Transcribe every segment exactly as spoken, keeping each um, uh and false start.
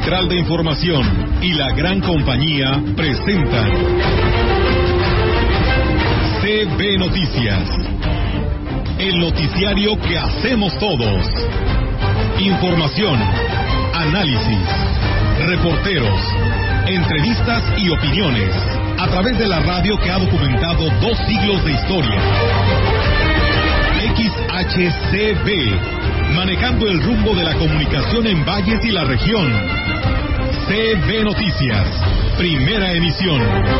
Central de Información y la gran compañía presentan C B Noticias, el noticiario que hacemos todos. Información, análisis, reporteros, entrevistas y opiniones a través de la radio que ha documentado dos siglos de historia. X H C B, manejando el rumbo de la comunicación en valles y la región. C B Noticias, primera emisión.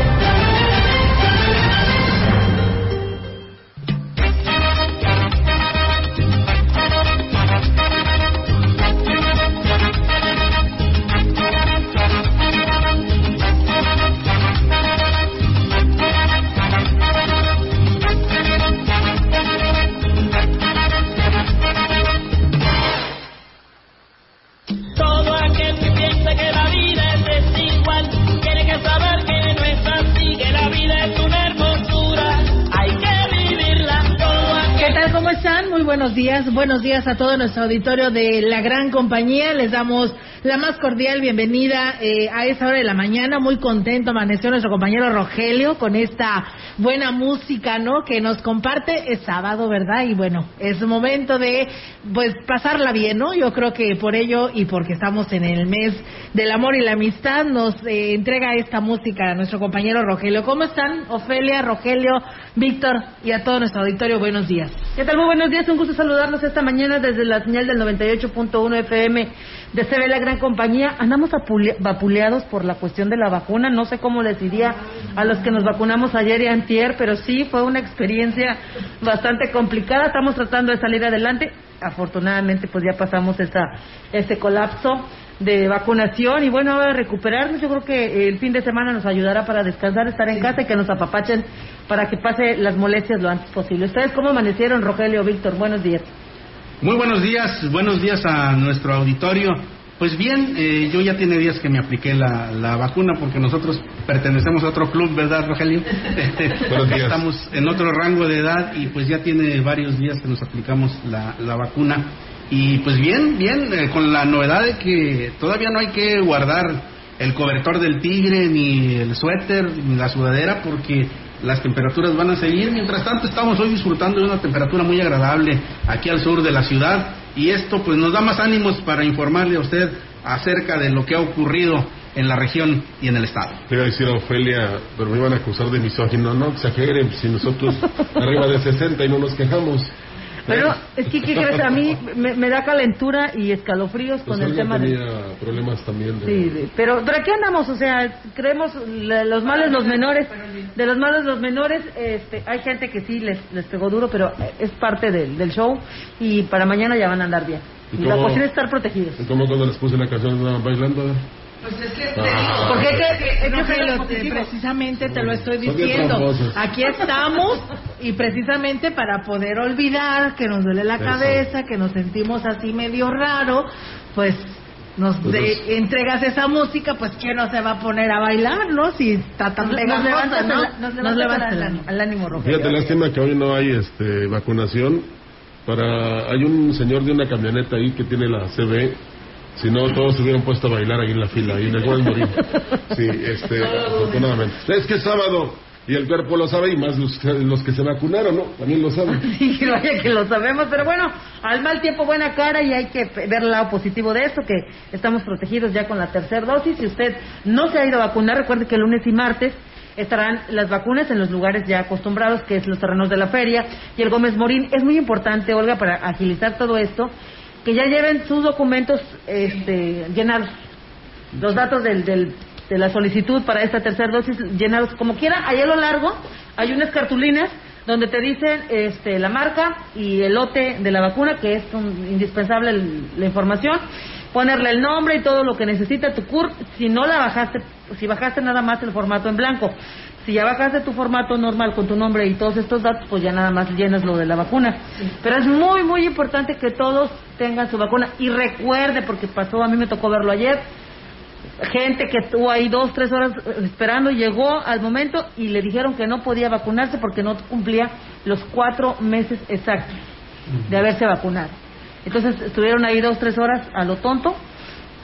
Buenos días, buenos días a todo nuestro auditorio de la gran compañía. Les damos la más cordial bienvenida eh, a esa hora de la mañana. Muy contento amaneció nuestro compañero Rogelio con esta buena música, ¿no? Que nos comparte. Es sábado, ¿verdad? Y bueno, es momento de, pues, pasarla bien, ¿no? Yo creo que por ello y porque estamos en el mes del amor y la amistad, nos eh, entrega esta música a nuestro compañero Rogelio. ¿Cómo están, Ofelia, Rogelio, Víctor y a todo nuestro auditorio? Buenos días. ¿Qué tal? Muy buenos días. Un gusto saludarlos esta mañana desde la señal del noventa y ocho punto uno F M de C B La Gran Compañía. Andamos vapuleados por la cuestión de la vacuna. No sé cómo les diría a los que nos vacunamos ayer y antier, pero sí fue una experiencia bastante complicada. Estamos tratando de salir adelante. Afortunadamente, pues ya pasamos esa, ese colapso de vacunación y bueno, ahora recuperarnos. Yo creo que el fin de semana nos ayudará para descansar, estar en casa y que nos apapachen para que pase las molestias lo antes posible. ¿Ustedes cómo amanecieron, Rogelio, Víctor? Buenos días. Muy buenos días, buenos días a nuestro auditorio. Pues bien, eh, yo ya tiene días que me apliqué la, la vacuna porque nosotros pertenecemos a otro club, ¿verdad, Rogelio? Buenos días. Estamos en otro rango de edad y pues ya tiene varios días que nos aplicamos la, la vacuna. Y pues bien, bien, eh, con la novedad de que todavía no hay que guardar el cobertor del tigre, ni el suéter, ni la sudadera, porque las temperaturas van a seguir. Mientras tanto, estamos hoy disfrutando de una temperatura muy agradable aquí al sur de la ciudad, y esto pues nos da más ánimos para informarle a usted acerca de lo que ha ocurrido en la región y en el estado. Te iba a decir a Ofelia, pero me iban a acusar de misógino. No exageren, si nosotros arriba de sesenta y no nos quejamos. Pero es que, ¿qué crees? A mí me, me da calentura y escalofríos pues con el tema tenía de... problemas también de... Sí, de... pero, pero aquí andamos, o sea, creemos la, los males los menores, de los males los menores, este, hay gente que sí les, les pegó duro, pero es parte del, del show y para mañana ya van a andar bien. Y, y la cuestión es estar protegidos. ¿Y cómo cuando les puse la canción estaban bailando? Pues es que, ah. porque es que, es que lo, te, precisamente te lo estoy diciendo. Aquí estamos y precisamente para poder olvidar que nos duele la Eso. cabeza, que nos sentimos así medio raro, pues nos pues de, entregas esa música, pues ¿quién no se va a poner a bailar, no? Si está tan pegajosa, ¿no? Nos, nos levanta el ánimo, el ánimo rojo. Fíjate, lástima que hoy no hay este vacunación. Para Hay un señor de una camioneta ahí que tiene la C B. Si no, todos se hubieran puesto a bailar ahí en la fila, ahí en el Gómez Morín. Sí, este, afortunadamente. Es que es sábado, y el cuerpo lo sabe, y más los, los que se vacunaron, ¿no? También lo saben. Sí, vaya que lo sabemos, pero bueno, al mal tiempo buena cara, y hay que ver el lado positivo de esto, que estamos protegidos ya con la tercera dosis. Si usted no se ha ido a vacunar, recuerde que el lunes y martes estarán las vacunas en los lugares ya acostumbrados, que es los terrenos de la feria y el Gómez Morín. Es muy importante, Olga, para agilizar todo esto, que ya lleven sus documentos este, llenados, los datos del, del, de la solicitud para esta tercera dosis llenados como quiera. Ahí a lo largo hay unas cartulinas donde te dicen este, la marca y el lote de la vacuna, que es un, indispensable el, la información, ponerle el nombre y todo lo que necesita tu C U R. Si no la bajaste, si bajaste nada más el formato en blanco, si ya bajaste tu formato normal con tu nombre y todos estos datos, pues ya nada más llenas lo de la vacuna. Sí. Pero es muy, muy importante que todos tengan su vacuna. Y recuerde, porque pasó, a mí me tocó verlo ayer, gente que estuvo ahí dos, tres horas esperando, llegó al momento y le dijeron que no podía vacunarse porque no cumplía los cuatro meses exactos de haberse vacunado. Entonces estuvieron ahí dos, tres horas a lo tonto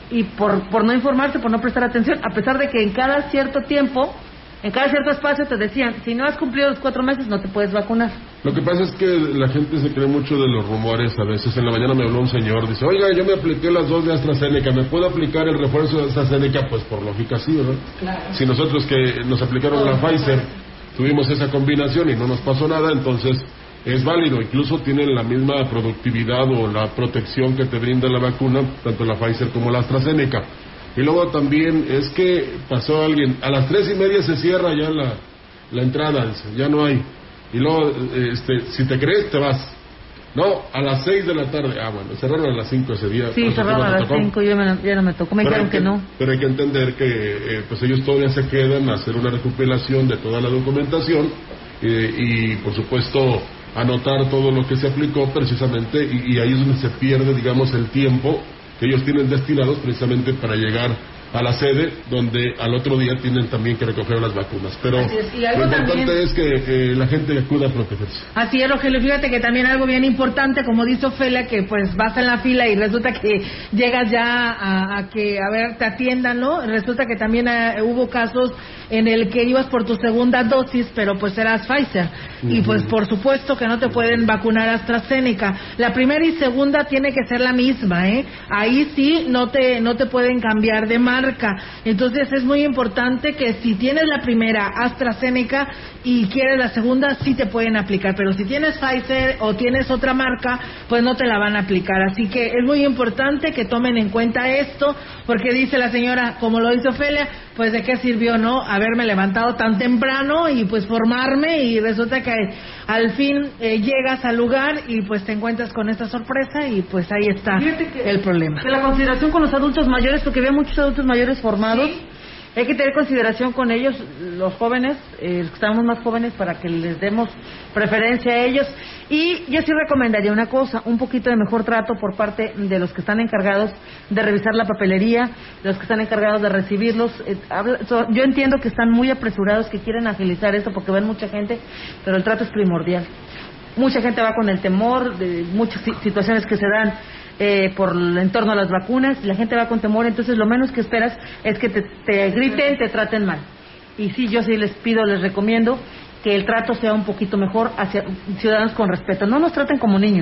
y por, por no informarse, por no prestar atención, a pesar de que en cada cierto tiempo, en cada cierto espacio te decían, si no has cumplido los cuatro meses no te puedes vacunar. Lo que pasa es que la gente se cree mucho de los rumores a veces. En la mañana me habló un señor, dice, oiga, yo me apliqué las dos de AstraZeneca, ¿me puedo aplicar el refuerzo de AstraZeneca? Pues por lógica sí, ¿verdad? Claro. Si nosotros que nos aplicaron la Pfizer tuvimos esa combinación y no nos pasó nada, entonces es válido. Incluso tienen la misma productividad o la protección que te brinda la vacuna, tanto la Pfizer como la AstraZeneca. Y luego también es que pasó alguien, a las tres y media se cierra ya la, la entrada, dice, ya no hay. Y luego, este, si te crees, te vas. No, a las seis de la tarde. Ah, bueno, cerraron a las cinco ese día. Sí, cerraron a las cinco, yo me, ya no me tocó, me pero dijeron que, que no. Pero hay que entender que eh, pues ellos todavía se quedan a hacer una recopilación de toda la documentación eh, y, por supuesto, anotar todo lo que se aplicó precisamente y, y ahí es donde se pierde, digamos, el tiempo que ellos tienen destinados precisamente para llegar a la sede, donde al otro día tienen también que recoger las vacunas. Pero es, lo importante también es que, que la gente acuda a protegerse. Así es, Rogelio. Fíjate que también algo bien importante, como dice Ofelia, que pues vas en la fila y resulta que llegas ya a, a que, a ver, te atiendan, ¿no? Resulta que también uh, hubo casos en el que ibas por tu segunda dosis, pero pues eras Pfizer. Uh-huh. Y pues por supuesto que no te pueden vacunar AstraZeneca. La primera y segunda tiene que ser la misma, ¿eh? Ahí sí no te, no te pueden cambiar de marca. Entonces es muy importante que si tienes la primera AstraZeneca y quieres la segunda, sí te pueden aplicar, pero si tienes Pfizer o tienes otra marca, pues no te la van a aplicar. Así que es muy importante que tomen en cuenta esto, porque dice la señora, como lo hizo Ofelia, pues de qué sirvió, ¿no? Haberme levantado tan temprano y pues formarme, y resulta que al fin eh, llegas al lugar y pues te encuentras con esta sorpresa y pues ahí está el problema. De la consideración con los adultos mayores, porque había muchos adultos mayores formados, ¿sí? Hay que tener consideración con ellos, los jóvenes, eh, que estamos más jóvenes, para que les demos preferencia a ellos. Y yo sí recomendaría una cosa, un poquito de mejor trato por parte de los que están encargados de revisar la papelería, de los que están encargados de recibirlos. Eh, habla, so, yo entiendo que están muy apresurados, que quieren agilizar esto porque ven mucha gente, pero el trato es primordial. Mucha gente va con el temor de muchas situaciones que se dan Eh, por en torno a las vacunas, la gente va con temor, entonces lo menos que esperas es que te, te griten, te traten mal. Y sí, yo sí les pido, les recomiendo que el trato sea un poquito mejor hacia ciudadanos con respeto. No nos traten como niños,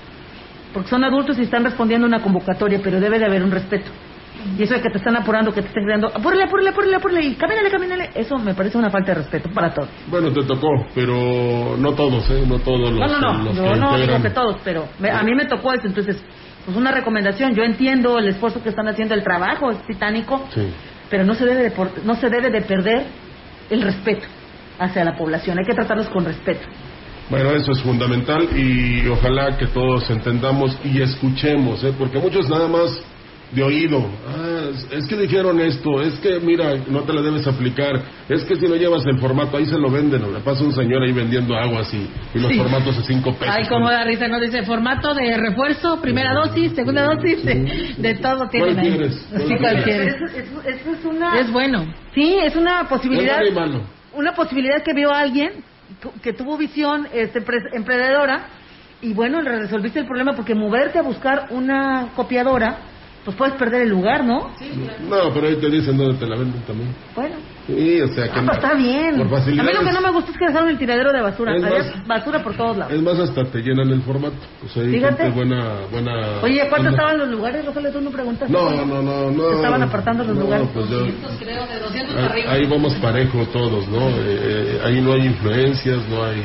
porque son adultos y están respondiendo a una convocatoria, pero debe de haber un respeto. Y eso de que te están apurando, que te estén gritando, apúrale, apúrale, apúrale, apúrale, y camínale, camínale, eso me parece una falta de respeto para todos. Bueno, te tocó, pero no todos, ¿eh? No todos los, no, no, no, los yo que no integran. digo que todos, pero me, a mí me tocó eso, entonces, pues una recomendación. Yo entiendo el esfuerzo que están haciendo, el trabajo es titánico, sí, pero no se debe de, no se debe de perder el respeto hacia la población, hay que tratarlos con respeto. Bueno, eso es fundamental y ojalá que todos entendamos y escuchemos, ¿eh? Porque muchos nada más de oído, ah, es que dijeron esto, es que mira, no te la debes aplicar, es que si no llevas el formato, ahí se lo venden, ¿no? Le pasa un señor ahí vendiendo aguas y, y los sí. formatos de cinco pesos. Ay, como da risa, nos dice formato de refuerzo, primera dosis, segunda dosis, de, de todo tienen ¿Cuál ahí. Quieres? ¿Cuál sí, cuál quieres? Eso es, es, es, una... es bueno. Sí, es una posibilidad, es malo. Una posibilidad que vio alguien que tuvo visión este, emprendedora y bueno, resolviste el problema, porque moverte a buscar una copiadora, pues puedes perder el lugar, ¿no? Sí, claro. No, pero ahí te dicen dónde te la venden también. Bueno. Sí, o sea que... Ah, pues está bien. Por a mí lo que no me gusta es que dejaron el tiradero de basura. Había más, basura por todos lados. Es más, hasta te llenan el formato. O sea, hay Fíjate. gente buena, buena... Oye, ¿cuántos estaban los lugares? Ojalá tú no preguntaste. No, no, no, no. Se estaban apartando los no, lugares. Pues yo, doscientos, creo, de doscientos ahí, arriba. Ahí vamos parejo todos, ¿no? Eh, ahí no hay influencias, no hay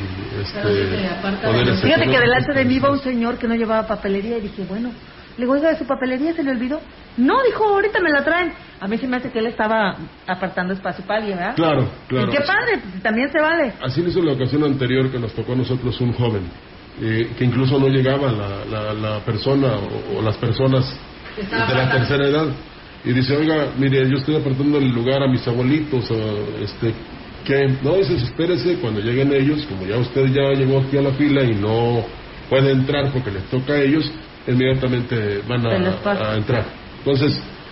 este, poderes. Fíjate que delante de mí iba un señor que no llevaba papelería y dije, bueno... Le digo, oiga, ¿su papelería se le olvidó? No, dijo, ahorita me la traen. A mí se me hace que él estaba apartando espacio para alguien, ¿verdad? Claro, claro. Y qué padre, pues, también se vale. Así lo hizo la ocasión anterior que nos tocó a nosotros un joven, eh, que incluso no llegaba la, la, la persona o, o las personas de la tercera edad. Y dice, oiga, mire, yo estoy apartando el lugar a mis abuelitos, o, este, ¿qué? No, dice, espérese, cuando lleguen ellos, como ya usted ya llegó aquí a la fila y no puede entrar porque les toca a ellos, inmediatamente van a, a entrar. Entonces,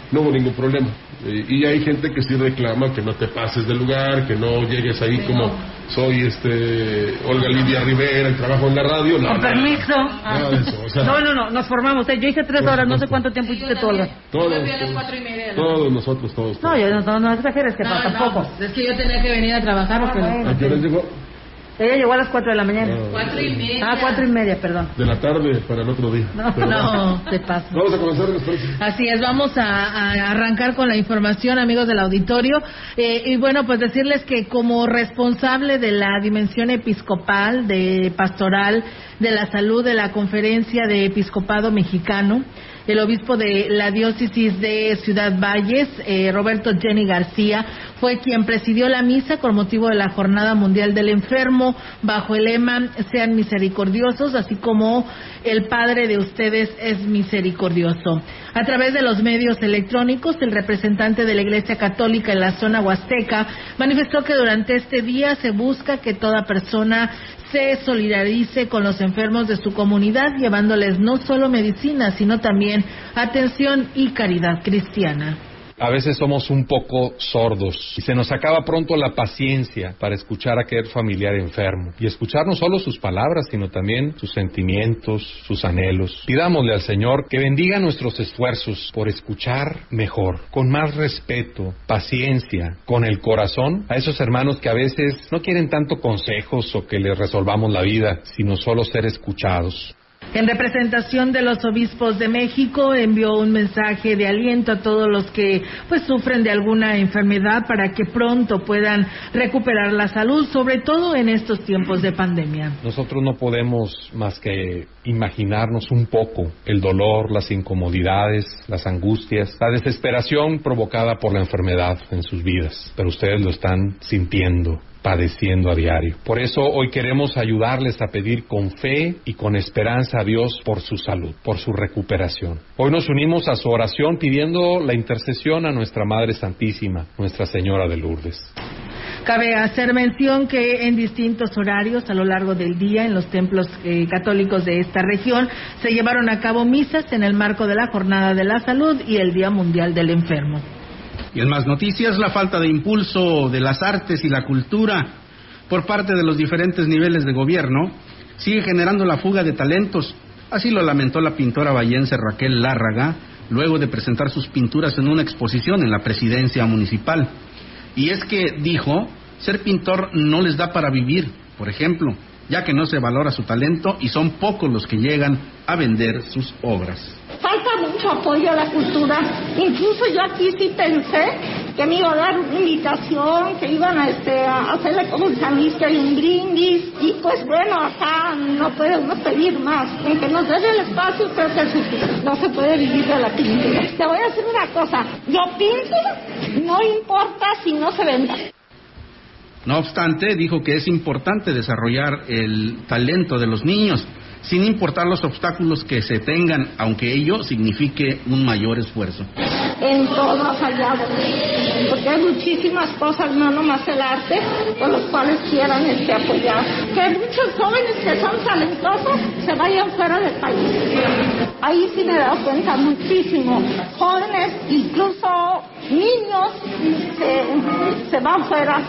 no hubo ningún problema. Eh, y hay gente que sí reclama que no te pases del lugar, que no llegues ahí como soy este Olga Lidia Rivera y trabajo en la radio. No, Con nada, permiso. nada de eso, o sea, no, no, no, nos formamos. Yo hice tres horas, no sé cuánto tiempo hiciste tú, Olga. Todos, Yo me fui a las cuatro y media. todos nosotros, todos. No, yo no, no, no exageres, que No, tampoco. no, pues, es que yo tenía que venir a trabajar porque... bueno. ¿A qué hora llegó? Ella llegó a las cuatro de la mañana. Ah, Cuatro y media. Ah, cuatro y media, perdón. de la tarde para el otro día. No, Pero No, te paso. vamos a comenzar después. Así es, vamos a, a arrancar con la información, amigos del auditorio. Eh, y bueno, pues decirles que como responsable de la dimensión episcopal, de pastoral, de la salud de la Conferencia de Episcopado Mexicano, el obispo de la diócesis de Ciudad Valles, eh, Roberto Jenny García, fue quien presidió la misa con motivo de la Jornada Mundial del Enfermo, bajo el lema Sean misericordiosos, así como el Padre de ustedes es misericordioso. A través de los medios electrónicos, el representante de la Iglesia Católica en la zona huasteca manifestó que durante este día se busca que toda persona se solidarice con los enfermos de su comunidad, llevándoles no solo medicina, sino también atención y caridad cristiana. A veces somos un poco sordos y se nos acaba pronto la paciencia para escuchar a aquel familiar enfermo y escuchar no solo sus palabras, sino también sus sentimientos, sus anhelos. Pidámosle al Señor que bendiga nuestros esfuerzos por escuchar mejor, con más respeto, paciencia, con el corazón a esos hermanos que a veces no quieren tanto consejos o que les resolvamos la vida, sino solo ser escuchados. En representación de los obispos de México, envió un mensaje de aliento a todos los que pues sufren de alguna enfermedad para que pronto puedan recuperar la salud, sobre todo en estos tiempos de pandemia. Nosotros no podemos más que imaginarnos un poco el dolor, las incomodidades, las angustias, la desesperación provocada por la enfermedad en sus vidas, pero ustedes lo están sintiendo, padeciendo a diario. Por eso hoy queremos ayudarles a pedir con fe y con esperanza a Dios por su salud, por su recuperación. Hoy nos unimos a su oración pidiendo la intercesión a nuestra Madre Santísima, Nuestra Señora de Lourdes. Cabe hacer mención que en distintos horarios a lo largo del día en los templos eh, católicos de esta región se llevaron a cabo misas en el marco de la Jornada de la Salud y el Día Mundial del Enfermo. Y en más noticias, la falta de impulso de las artes y la cultura por parte de los diferentes niveles de gobierno sigue generando la fuga de talentos. Así lo lamentó la pintora vallense Raquel Lárraga luego de presentar sus pinturas en una exposición en la presidencia municipal. Y es que, dijo, ser pintor no les da para vivir, por ejemplo, ya que no se valora su talento y son pocos los que llegan a vender sus obras. Falta mucho apoyo a la cultura. Incluso yo aquí sí pensé que me iba a dar una invitación, que iban a, este, a hacerle como un sándwich y un brindis. Y pues bueno, acá no puede uno pedir más. Aunque nos den el espacio, creo que sí, no se puede vivir de la pintura. Te voy a decir una cosa. Yo pinto, no importa si no se venda. No obstante, dijo que es importante desarrollar el talento de los niños, sin importar los obstáculos que se tengan, aunque ello signifique un mayor esfuerzo. En todo ha fallado, porque hay muchísimas cosas, no nomás el arte, con los cuales quieran este, apoyar. Que muchos jóvenes que son talentosos se vayan fuera del país. Ahí sí me he dado cuenta muchísimo. Jóvenes, incluso niños, se, se van fuera,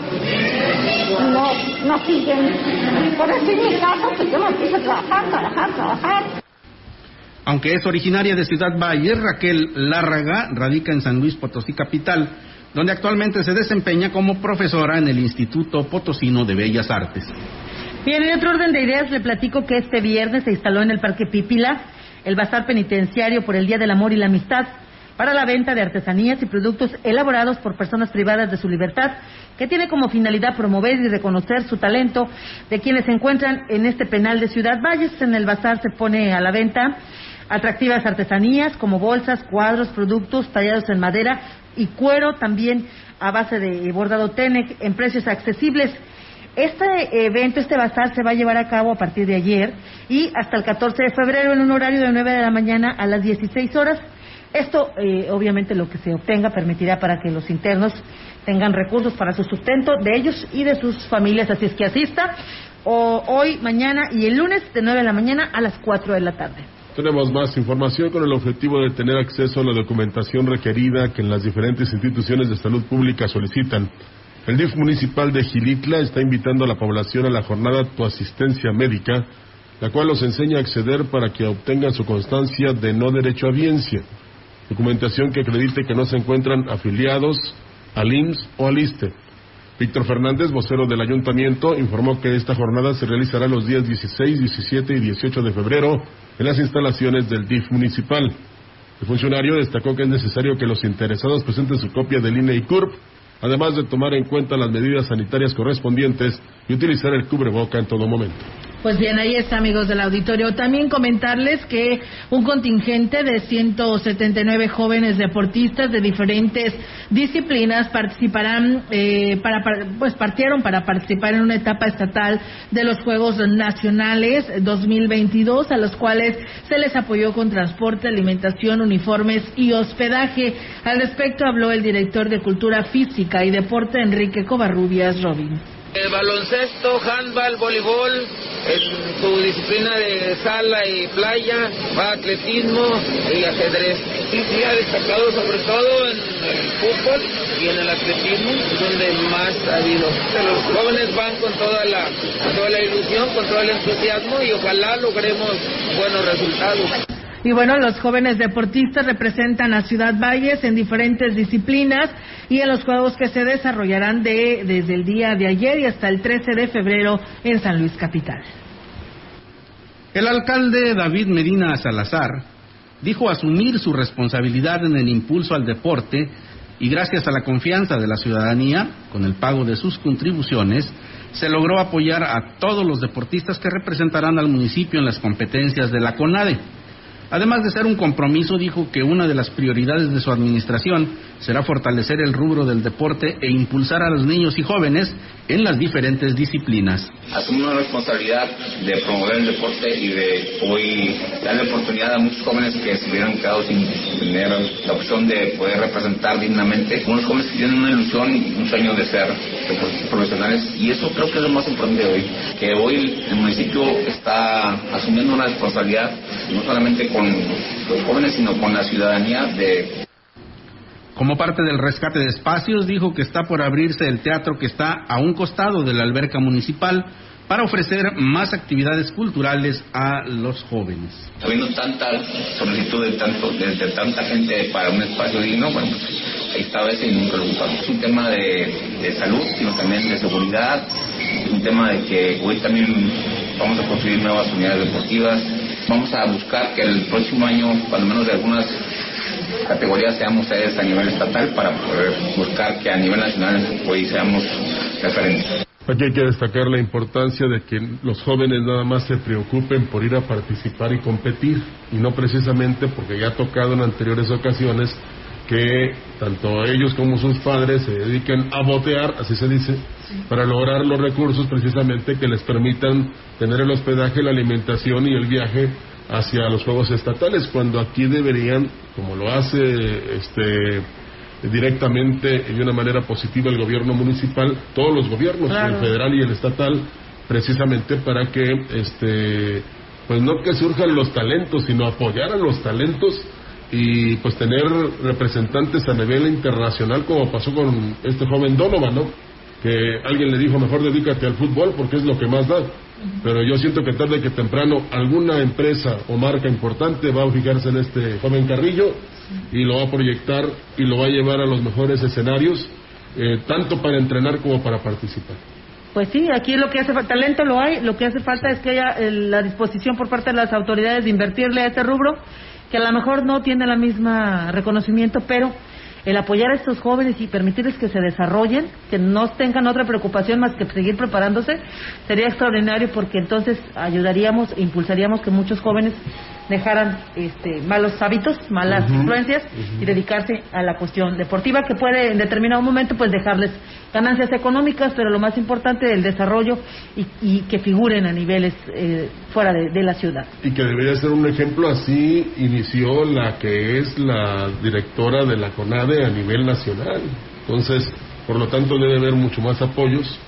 no, no siguen. Por eso en mi caso, pues yo me puse a trabajar, trabajar, trabajar. Aunque es originaria de Ciudad Valles, Raquel Lárraga radica en San Luis Potosí capital, donde actualmente se desempeña como profesora en el Instituto Potosino de Bellas Artes. Bien, en otro orden de ideas le platico que este viernes se instaló en el Parque Pípila el bazar penitenciario por el Día del Amor y la Amistad para la venta de artesanías y productos elaborados por personas privadas de su libertad, que tiene como finalidad promover y reconocer su talento de quienes se encuentran en este penal de Ciudad Valles. En el bazar se pone a la venta atractivas artesanías como bolsas, cuadros, productos tallados en madera y cuero, también a base de bordado Tenec, en precios accesibles. Este evento, este bazar, se va a llevar a cabo a partir de ayer y hasta el catorce de febrero en un horario de nueve de la mañana a las dieciséis horas. Esto, eh, obviamente, lo que se obtenga permitirá para que los internos tengan recursos para su sustento de ellos y de sus familias, así es que asista o hoy, mañana y el lunes de nueve de la mañana a las cuatro de la tarde. Tenemos más información con el objetivo de tener acceso a la documentación requerida que en las diferentes instituciones de salud pública solicitan. El D I F municipal de Xilitla está invitando a la población a la jornada Tu Asistencia Médica, la cual los enseña a acceder para que obtengan su constancia de no derecho a audiencia, documentación que acredite que no se encuentran afiliados al I M S S o al ISSSTE. Víctor Fernández, vocero del ayuntamiento, informó que esta jornada se realizará los días dieciséis, diecisiete y dieciocho de febrero en las instalaciones del D I F municipal. El funcionario destacó que es necesario que los interesados presenten su copia del I N E y C U R P, además de tomar en cuenta las medidas sanitarias correspondientes y utilizar el cubreboca en todo momento. Pues bien, ahí está, amigos del auditorio. También comentarles que un contingente de ciento setenta y nueve jóvenes deportistas de diferentes disciplinas participarán, eh, para, para, pues partieron para participar en una etapa estatal de los Juegos Nacionales dos mil veintidós, a los cuales se les apoyó con transporte, alimentación, uniformes y hospedaje. Al respecto habló el director de Cultura Física y Deporte, Enrique Covarrubias Robin. El baloncesto, handball, voleibol, en su disciplina de sala y playa, va atletismo y ajedrez. Sí, sí, ha destacado sobre todo en el fútbol y en el atletismo, donde más ha habido. Los jóvenes van con toda la, con toda la ilusión, con todo el entusiasmo y ojalá logremos buenos resultados. Y bueno, los jóvenes deportistas representan a Ciudad Valles en diferentes disciplinas y en los juegos que se desarrollarán de, desde el día de ayer y hasta el trece de febrero en San Luis Capital. El alcalde David Medina Salazar dijo asumir su responsabilidad en el impulso al deporte y gracias a la confianza de la ciudadanía, con el pago de sus contribuciones, se logró apoyar a todos los deportistas que representarán al municipio en las competencias de la CONADE. Además de ser un compromiso, dijo que una de las prioridades de su administración será fortalecer el rubro del deporte e impulsar a los niños y jóvenes en las diferentes disciplinas. Asumir una responsabilidad de promover el deporte y de hoy darle oportunidad a muchos jóvenes que se hubieran quedado sin tener la opción de poder representar dignamente. Unos jóvenes que tienen una ilusión y un sueño de ser deportistas profesionales, y eso creo que es lo más importante de hoy, que hoy el municipio está asumiendo una responsabilidad no solamente con los jóvenes, sino con la ciudadanía de... Como parte del rescate de espacios, dijo que está por abrirse el teatro que está a un costado de la alberca municipal para ofrecer más actividades culturales a los jóvenes. Habiendo tanta solicitud de, tanto, de, de tanta gente para un espacio digno, bueno, pues ahí estaba ese y nunca lo buscamos. Es un tema de, de salud, sino también de seguridad, es un tema de que hoy también vamos a construir nuevas unidades deportivas. Vamos a buscar que el próximo año, cuando menos de algunas categorías, seamos sedes a nivel estatal para poder buscar que a nivel nacional hoy seamos referentes. Aquí hay que destacar la importancia de que los jóvenes nada más se preocupen por ir a participar y competir, y no precisamente porque ya ha tocado en anteriores ocasiones que tanto ellos como sus padres se dediquen a botear, así se dice, sí, para lograr los recursos precisamente que les permitan tener el hospedaje, la alimentación y el viaje hacia los juegos estatales, cuando aquí deberían, como lo hace este directamente y de una manera positiva el gobierno municipal, todos los gobiernos, claro, el federal y el estatal, precisamente para que este pues no que surjan los talentos, sino apoyar a los talentos y pues tener representantes a nivel internacional, como pasó con este joven Donovan, ¿no? Que alguien le dijo, mejor dedícate al fútbol porque es lo que más da. Pero yo siento que tarde que temprano alguna empresa o marca importante va a fijarse en este joven Carrillo y lo va a proyectar y lo va a llevar a los mejores escenarios, eh, tanto para entrenar como para participar. Pues sí, aquí lo que hace falta, talento lo hay, lo que hace falta es que haya eh, la disposición por parte de las autoridades de invertirle a este rubro, que a lo mejor no tiene la misma reconocimiento, pero el apoyar a estos jóvenes y permitirles que se desarrollen, que no tengan otra preocupación más que seguir preparándose, sería extraordinario, porque entonces ayudaríamos e impulsaríamos que muchos jóvenes dejaran este, malos hábitos, malas uh-huh. influencias uh-huh. y dedicarse a la cuestión deportiva, que puede en determinado momento pues dejarles ganancias económicas, pero lo más importante, el desarrollo y, y que figuren a niveles eh, fuera de, de la ciudad. Y que debería ser un ejemplo. Así inició la que es la directora de la CONADE a nivel nacional. Entonces, por lo tanto, debe haber mucho más apoyos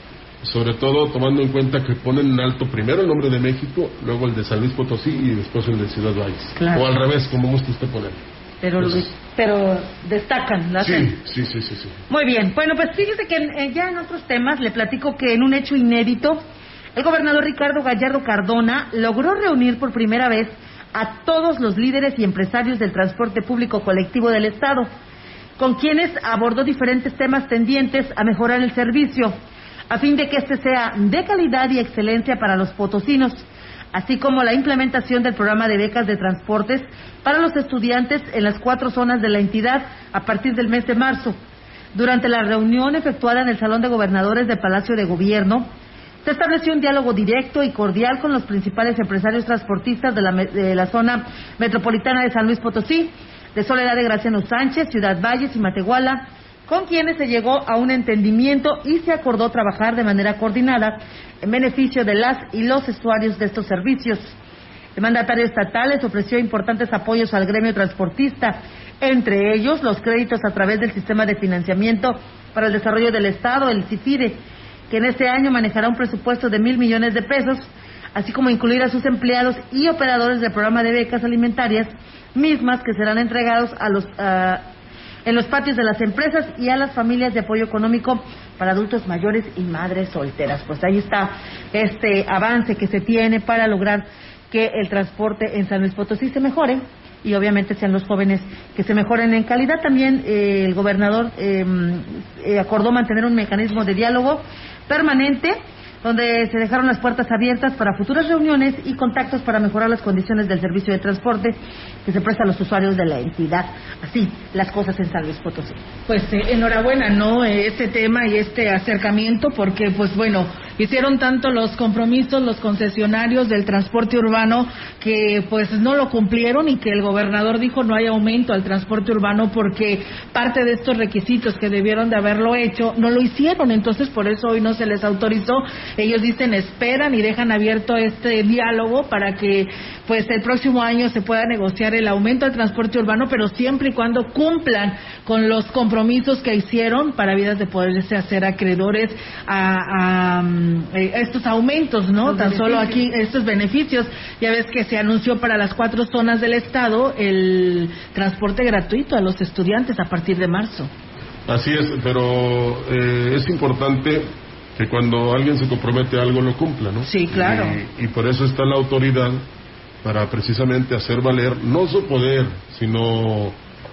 sobre todo tomando en cuenta que ponen en alto primero el nombre de México, luego el de San Luis Potosí y después el de Ciudad Valles. Claro. O al revés, como gusta usted poner. Pero, Entonces, pero destacan, ¿la sí, hacen? sí, sí, sí, sí. Muy bien, bueno, pues fíjese que en, ya en otros temas le platico que en un hecho inédito, el gobernador Ricardo Gallardo Cardona logró reunir por primera vez a todos los líderes y empresarios del transporte público colectivo del Estado, con quienes abordó diferentes temas tendientes a mejorar el servicio, a fin de que este sea de calidad y excelencia para los potosinos, así como la implementación del programa de becas de transportes para los estudiantes en las cuatro zonas de la entidad a partir del mes de marzo. Durante la reunión efectuada en el Salón de Gobernadores del Palacio de Gobierno, se estableció un diálogo directo y cordial con los principales empresarios transportistas de la, de la zona metropolitana de San Luis Potosí, de Soledad de Graciano Sánchez, Ciudad Valles y Matehuala, con quienes se llegó a un entendimiento y se acordó trabajar de manera coordinada en beneficio de las y los usuarios de estos servicios. El mandatario estatal les ofreció importantes apoyos al gremio transportista, entre ellos los créditos a través del Sistema de Financiamiento para el Desarrollo del Estado, el CIFIDE, que en este año manejará un presupuesto de mil millones de pesos, así como incluir a sus empleados y operadores del programa de becas alimentarias, mismas que serán entregados a los... Uh, en los patios de las empresas y a las familias de apoyo económico para adultos mayores y madres solteras. Pues ahí está este avance que se tiene para lograr que el transporte en San Luis Potosí se mejore y obviamente sean los jóvenes que se mejoren en calidad. También eh, el gobernador eh, eh, acordó mantener un mecanismo de diálogo permanente donde se dejaron las puertas abiertas para futuras reuniones y contactos para mejorar las condiciones del servicio de transporte que se presta a los usuarios de la entidad. Así las cosas en San Luis Potosí. Pues eh, enhorabuena, ¿no? Este tema y este acercamiento, porque pues bueno, hicieron tanto los compromisos los concesionarios del transporte urbano que pues no lo cumplieron y que el gobernador dijo no hay aumento al transporte urbano porque parte de estos requisitos que debieron de haberlo hecho no lo hicieron, entonces por eso hoy no se les autorizó. Ellos dicen esperan y dejan abierto este diálogo para que pues el próximo año se pueda negociar el aumento del transporte urbano, pero siempre y cuando cumplan con los compromisos que hicieron para vidas de poderse hacer acreedores a, a, a estos aumentos, ¿no? Los Tan beneficios. Solo aquí estos beneficios. Ya ves que se anunció para las cuatro zonas del estado el transporte gratuito a los estudiantes a partir de marzo. Así es, pero eh, es importante que cuando alguien se compromete a algo lo cumpla, ¿no? Sí, claro. Y, y por eso está la autoridad para precisamente hacer valer no su poder, sino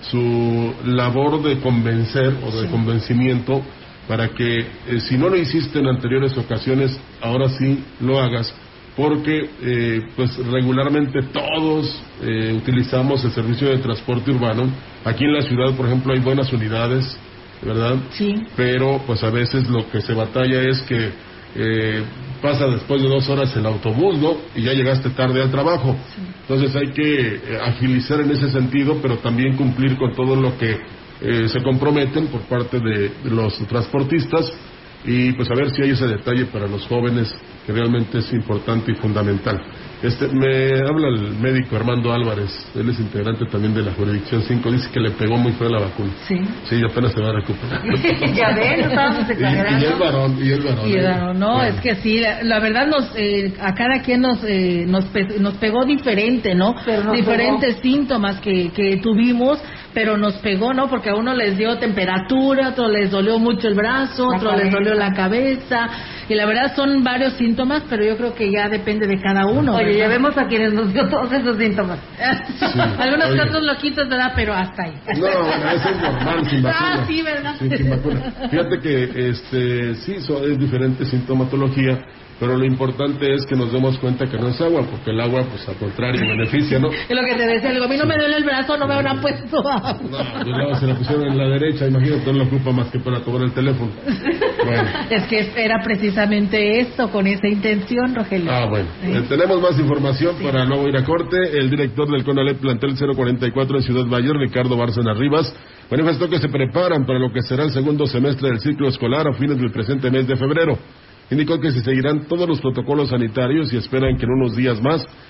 su labor de convencer o de sí. convencimiento para que eh, si no lo hiciste en anteriores ocasiones, ahora sí lo hagas, porque eh, pues regularmente todos eh, utilizamos el servicio de transporte urbano. Aquí en la ciudad, por ejemplo, hay buenas unidades, ¿verdad? Sí. Pero pues a veces lo que se batalla es que eh, pasa después de dos horas el autobús, ¿no? Y ya llegaste tarde al trabajo. Sí. Entonces hay que eh, agilizar en ese sentido, pero también cumplir con todo lo que eh, se comprometen por parte de, de los transportistas y pues a ver si hay ese detalle para los jóvenes que realmente es importante y fundamental. Este, me habla el médico Armando Álvarez, él es integrante también de la jurisdicción cinco, dice que le pegó muy feo la vacuna. Sí. Sí, apenas se va a recuperar. Ya ven, estábamos exagerando. Y, y el varón, y el varón. Y el varón, no, bueno. Es que sí, la, la verdad nos, eh, a cada quien nos, eh, nos, pe nos pegó diferente, ¿no? Diferentes pegó. síntomas que, que tuvimos, pero nos pegó, ¿no? Porque a uno les dio temperatura, a otro les dolió mucho el brazo, a otro les dolió la cabeza, y la verdad son varios síntomas, pero yo creo que ya depende de cada uno. Oye, ya vemos a quienes nos dio todos esos síntomas. Sí. Algunos que otros loquitos, ¿verdad? Pero hasta ahí. No, bueno, eso es normal, sin vacuna. Ah, sí, ¿verdad? Sí, sin vacuna. Fíjate que este, sí, es diferente sintomatología, pero lo importante es que nos demos cuenta que no es agua, porque el agua, pues al contrario, beneficia, ¿no? Es lo que te decía, digo, a mí no me duele el brazo, no me habrán puesto agua. No, y luego se la pusieron en la derecha, imagínate, no lo ocupa más que para tomar el teléfono. Bueno. Es que era precisamente esto, con esa intención, Rogelio. Ah, bueno. ¿Sí? Eh, tenemos más información sí. para no ir a corte. El director del CONALEP plantel cero cuarenta y cuatro en Ciudad Valles, Ricardo Bárcena Rivas, manifestó que se preparan para lo que será el segundo semestre del ciclo escolar a fines del presente mes de febrero. Indicó que se seguirán todos los protocolos sanitarios y esperan que en unos días más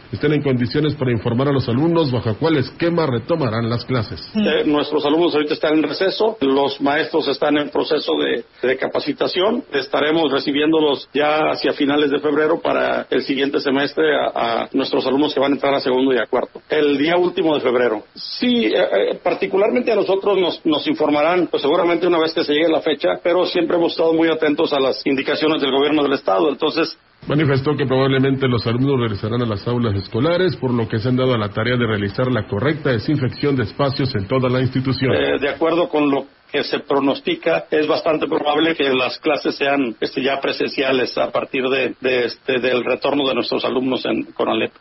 estén en condiciones para informar a los alumnos bajo cuál esquema retomarán las clases. Eh, nuestros alumnos ahorita están en receso, los maestros están en proceso de, de capacitación, estaremos recibiéndolos ya hacia finales de febrero para el siguiente semestre a, a nuestros alumnos que van a entrar a segundo y a cuarto, el día último de febrero. Sí, eh, eh, particularmente a nosotros nos, nos informarán, pues seguramente una vez que se llegue la fecha, pero siempre hemos estado muy atentos a las indicaciones del gobierno del estado, entonces... Manifestó que probablemente los alumnos regresarán a las aulas escolares, por lo que se han dado a la tarea de realizar la correcta desinfección de espacios en toda la institución. Eh, de acuerdo con lo que se pronostica, es bastante probable que las clases sean este, ya presenciales a partir de, de este, del retorno de nuestros alumnos en CONALEP.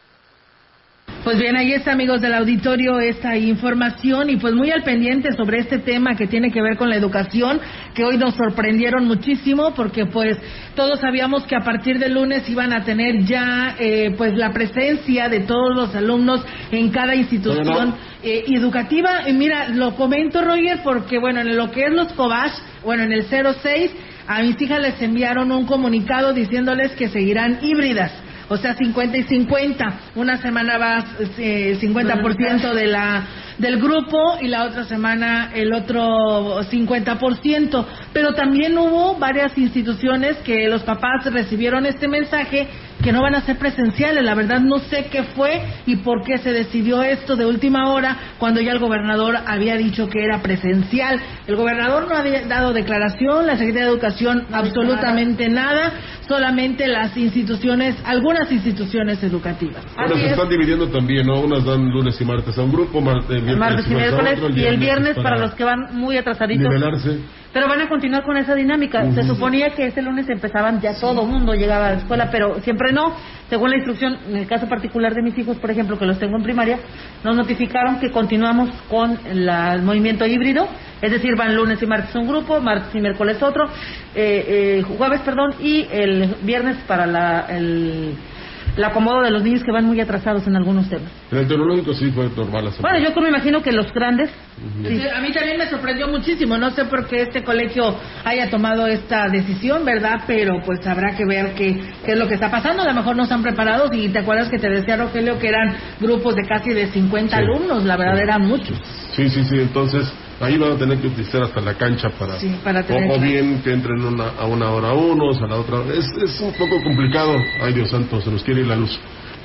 Pues bien, ahí está, amigos del auditorio, esta información y pues muy al pendiente sobre este tema que tiene que ver con la educación, que hoy nos sorprendieron muchísimo porque pues todos sabíamos que a partir del lunes iban a tener ya eh, pues la presencia de todos los alumnos en cada institución eh, educativa. Y mira, lo comento, Roger, porque bueno, en lo que es los Cobach, bueno, en el cero seis, a mis hijas les enviaron un comunicado diciéndoles que seguirán híbridas. O sea, cincuenta y cincuenta. Una semana va eh, cincuenta por ciento de la del grupo y la otra semana el otro cincuenta por ciento. Pero también hubo varias instituciones que los papás recibieron este mensaje que no van a ser presenciales. La verdad no sé qué fue y por qué se decidió esto de última hora cuando ya el gobernador había dicho que era presencial. El gobernador no había dado declaración, la Secretaría de Educación absolutamente nada, solamente las instituciones, algunas instituciones educativas. Bueno, se están dividiendo también, ¿no? Unas dan lunes y martes a un grupo, martes, martes y miércoles, y el viernes para, para los que van muy atrasaditos. Nivelarse. Pero van a continuar con esa dinámica. Uh-huh. Se suponía que este lunes empezaban, ya todo mundo llegaba a la escuela, pero siempre no. Según la instrucción, en el caso particular de mis hijos, por ejemplo, que los tengo en primaria, nos notificaron que continuamos con la, el movimiento híbrido, es decir, van lunes y martes un grupo, martes y miércoles otro, eh, eh, jueves, perdón, y el viernes para la... el el acomodo de los niños que van muy atrasados en algunos temas. En el tecnológico sí fue normal la semana. Bueno, yo me imagino que los grandes... Uh-huh. Sí. A mí también me sorprendió muchísimo, no sé por qué este colegio haya tomado esta decisión, ¿verdad? Pero pues habrá que ver qué, qué es lo que está pasando, a lo mejor no están preparados y te acuerdas que te decía Rogelio que eran grupos de casi de cincuenta sí. alumnos, la verdad eran muchos. Sí, sí, sí, entonces... Ahí van a tener que utilizar hasta la cancha para, sí, para tener o, o bien que entren una, a una hora unos, a la otra. Es, es un poco complicado. Ay, Dios santo, se nos quiere ir la luz.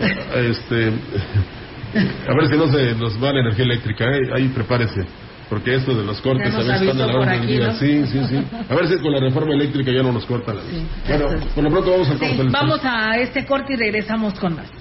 este, a ver si no se nos va la energía eléctrica. ¿eh? Ahí prepárese, porque esto de los cortes a veces están a la hora del día. ¿No? Sí, sí, sí. A ver si con la reforma eléctrica ya no nos corta la luz. Sí, bueno, por lo pronto vamos al corte. Sí, vamos a este corte y regresamos con más.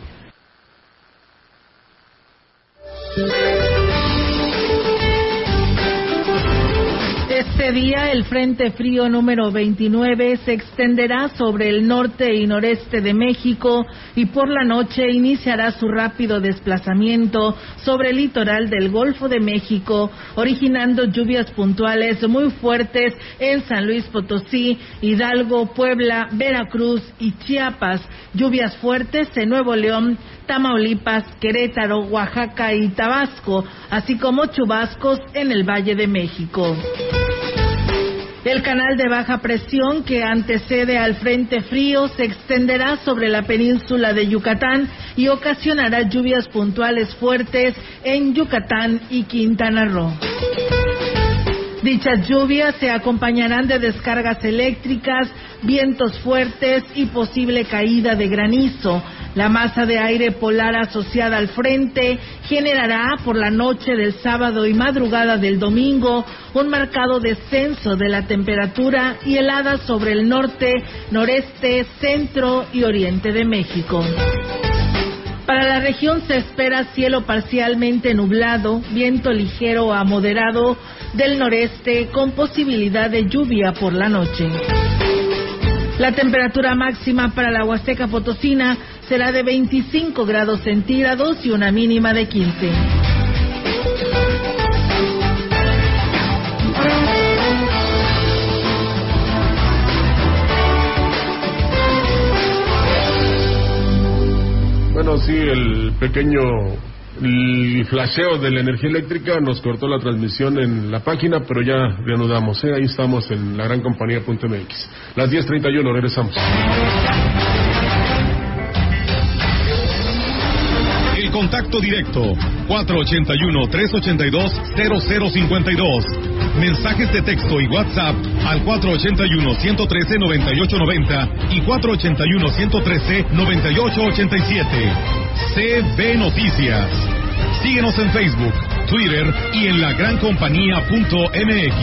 Este día el Frente Frío número veintinueve se extenderá sobre el norte y noreste de México y por la noche iniciará su rápido desplazamiento sobre el litoral del Golfo de México, originando lluvias puntuales muy fuertes en San Luis Potosí, Hidalgo, Puebla, Veracruz y Chiapas, lluvias fuertes en Nuevo León, Tamaulipas, Querétaro, Oaxaca y Tabasco, así como chubascos en el Valle de México. El canal de baja presión que antecede al Frente Frío se extenderá sobre la península de Yucatán y ocasionará lluvias puntuales fuertes en Yucatán y Quintana Roo. Dichas lluvias se acompañarán de descargas eléctricas, vientos fuertes y posible caída de granizo. La masa de aire polar asociada al frente generará por la noche del sábado y madrugada del domingo un marcado descenso de la temperatura y heladas sobre el norte, noreste, centro y oriente de México. Para la región se espera cielo parcialmente nublado, viento ligero a moderado del noreste con posibilidad de lluvia por la noche. La temperatura máxima para la Huasteca Potosina será de veinticinco grados centígrados y una mínima de quince. Bueno, sí, el pequeño el flasheo de la energía eléctrica nos cortó la transmisión en la página, pero ya reanudamos, ¿eh? Ahí estamos en la gran compañía punto m x. Las diez treinta y uno, regresamos. Contacto directo cuatro ocho uno, tres ocho dos, cero cero cinco dos. Mensajes de texto y WhatsApp al cuatro ocho uno, uno uno tres, nueve ocho nueve cero y cuatro ocho uno, uno uno tres, nueve ocho ocho siete. C B Noticias. Síguenos en Facebook, Twitter y en la gran compañía punto m x.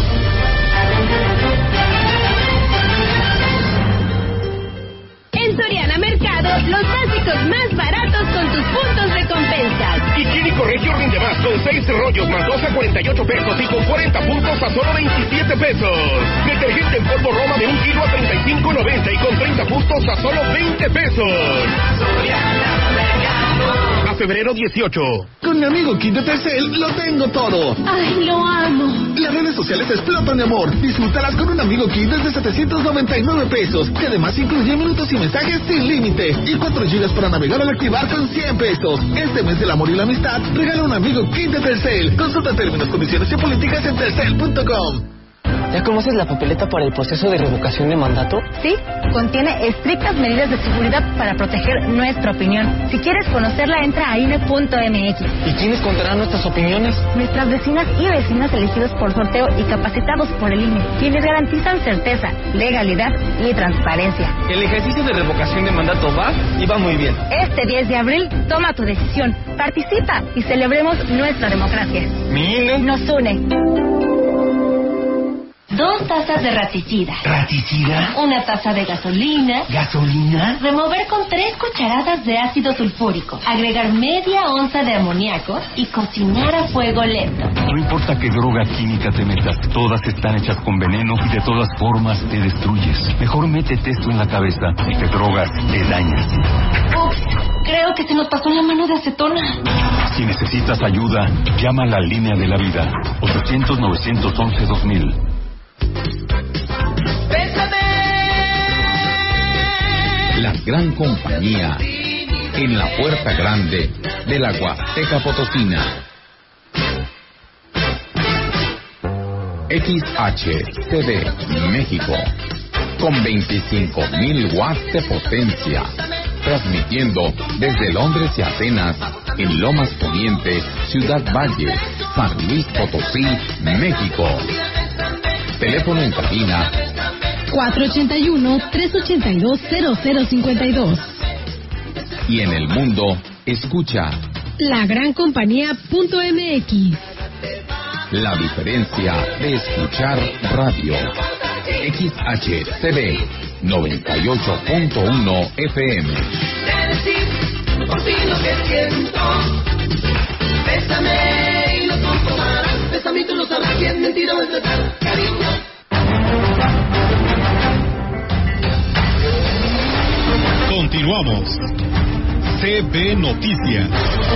En Soriana Mercado, los básicos más baratos con tus puntos recompensas. Y Químico Regio rinde más con seis rollos más dos a cuarenta y ocho pesos y con cuarenta puntos a solo veintisiete pesos. Detergente en polvo Roma de un kilo a treinta y cinco noventa y con treinta puntos a solo veinte pesos. Soriana Mercado. A febrero dieciocho. Con mi amigo Kit de Telcel lo tengo todo. Ay, lo amo. Las redes sociales explotan de amor. Disfrútalas con un amigo Kit desde setecientos noventa y nueve pesos, que además incluye minutos y mensajes sin límite y cuatro gigas para navegar al activar con cien pesos. Este mes del amor y la amistad, regala un amigo Kit de Telcel. Consulta términos, condiciones y políticas en telcel punto com. ¿Ya conoces la papeleta para el proceso de revocación de mandato? Sí, contiene estrictas medidas de seguridad para proteger nuestra opinión. Si quieres conocerla, entra a I N E punto m x. ¿Y quiénes contarán nuestras opiniones? Nuestras vecinas y vecinos elegidos por sorteo y capacitados por el I N E, quienes garantizan certeza, legalidad y transparencia. El ejercicio de revocación de mandato va y va muy bien. Este diez de abril, toma tu decisión, participa y celebremos nuestra democracia. Mi I N E nos une. Dos tazas de raticida. ¿Raticida? Una taza de gasolina. ¿Gasolina? Remover con tres cucharadas de ácido sulfúrico. Agregar media onza de amoníaco y cocinar a fuego lento. No importa qué droga química te metas, todas están hechas con veneno y de todas formas te destruyes. Mejor métete esto en la cabeza. Si te drogas, te dañas. Ups, creo que se nos pasó la mano de acetona. Si necesitas ayuda, llama a la línea de la vida. ochocientos, novecientos once, dos mil. La gran compañía en la puerta grande de la Huasteca Potosina. X H C D México, con veinticinco mil watts de potencia, transmitiendo desde Londres y Atenas, en Lomas Poniente, Ciudad Valle, San Luis Potosí, México. Teléfono en cabina cuatro ocho uno, tres ocho dos, cero cero cinco dos. Y en el mundo, escucha La gran compañía punto m x. La diferencia de escuchar radio. X H C D noventa y ocho punto uno F M. Por ti lo que siento. Bésame y lo comprobarás. Bésame y tú lo sabrás. Si es mentira o es verdad, cariño. Continuamos. C B Noticias.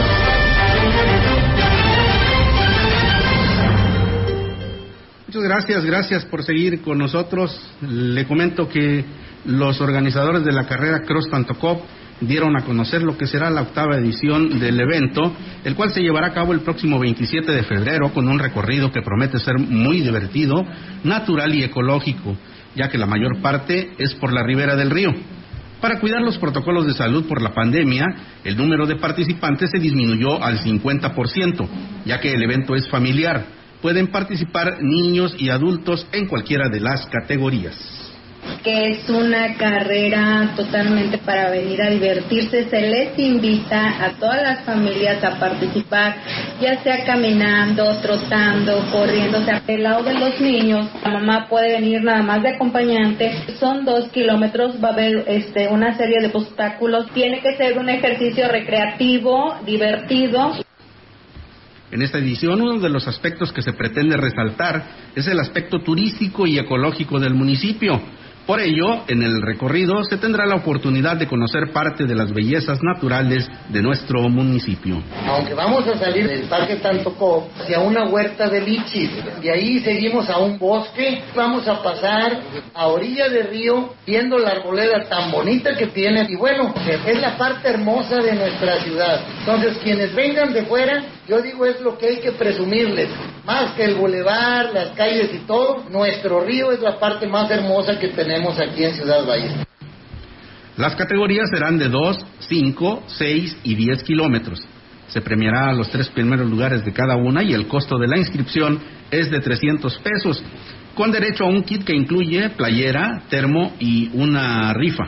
Muchas gracias, gracias por seguir con nosotros. Le comento que los organizadores de la carrera Cross Tantocop dieron a conocer lo que será la octava edición del evento, el cual se llevará a cabo el próximo veintisiete de febrero con un recorrido que promete ser muy divertido, natural y ecológico, ya que la mayor parte es por la ribera del río. Para cuidar los protocolos de salud por la pandemia, el número de participantes se disminuyó al cincuenta por ciento, ya que el evento es familiar. Pueden participar niños y adultos en cualquiera de las categorías. Que es una carrera totalmente para venir a divertirse. Se les invita a todas las familias a participar, ya sea caminando, trotando, corriendo. O sea, del lado de los niños, la mamá puede venir nada más de acompañante. Son dos kilómetros, va a haber este, una serie de obstáculos. Tiene que ser un ejercicio recreativo, divertido. En esta edición, uno de los aspectos que se pretende resaltar es el aspecto turístico y ecológico del municipio. Por ello, en el recorrido se tendrá la oportunidad de conocer parte de las bellezas naturales de nuestro municipio. Aunque vamos a salir del Parque Tantocop hacia una huerta de lichis, de ahí seguimos a un bosque, vamos a pasar a orilla de río, viendo la arboleda tan bonita que tiene, y bueno, es la parte hermosa de nuestra ciudad. Entonces, quienes vengan de fuera, yo digo, es lo que hay que presumirles, más que el bulevar, las calles y todo, nuestro río es la parte más hermosa que tenemos aquí en Ciudad Valles. Las categorías serán de dos, cinco, seis y diez kilómetros. Se premiará a los tres primeros lugares de cada una y el costo de la inscripción es de trescientos pesos, con derecho a un kit que incluye playera, termo y una rifa.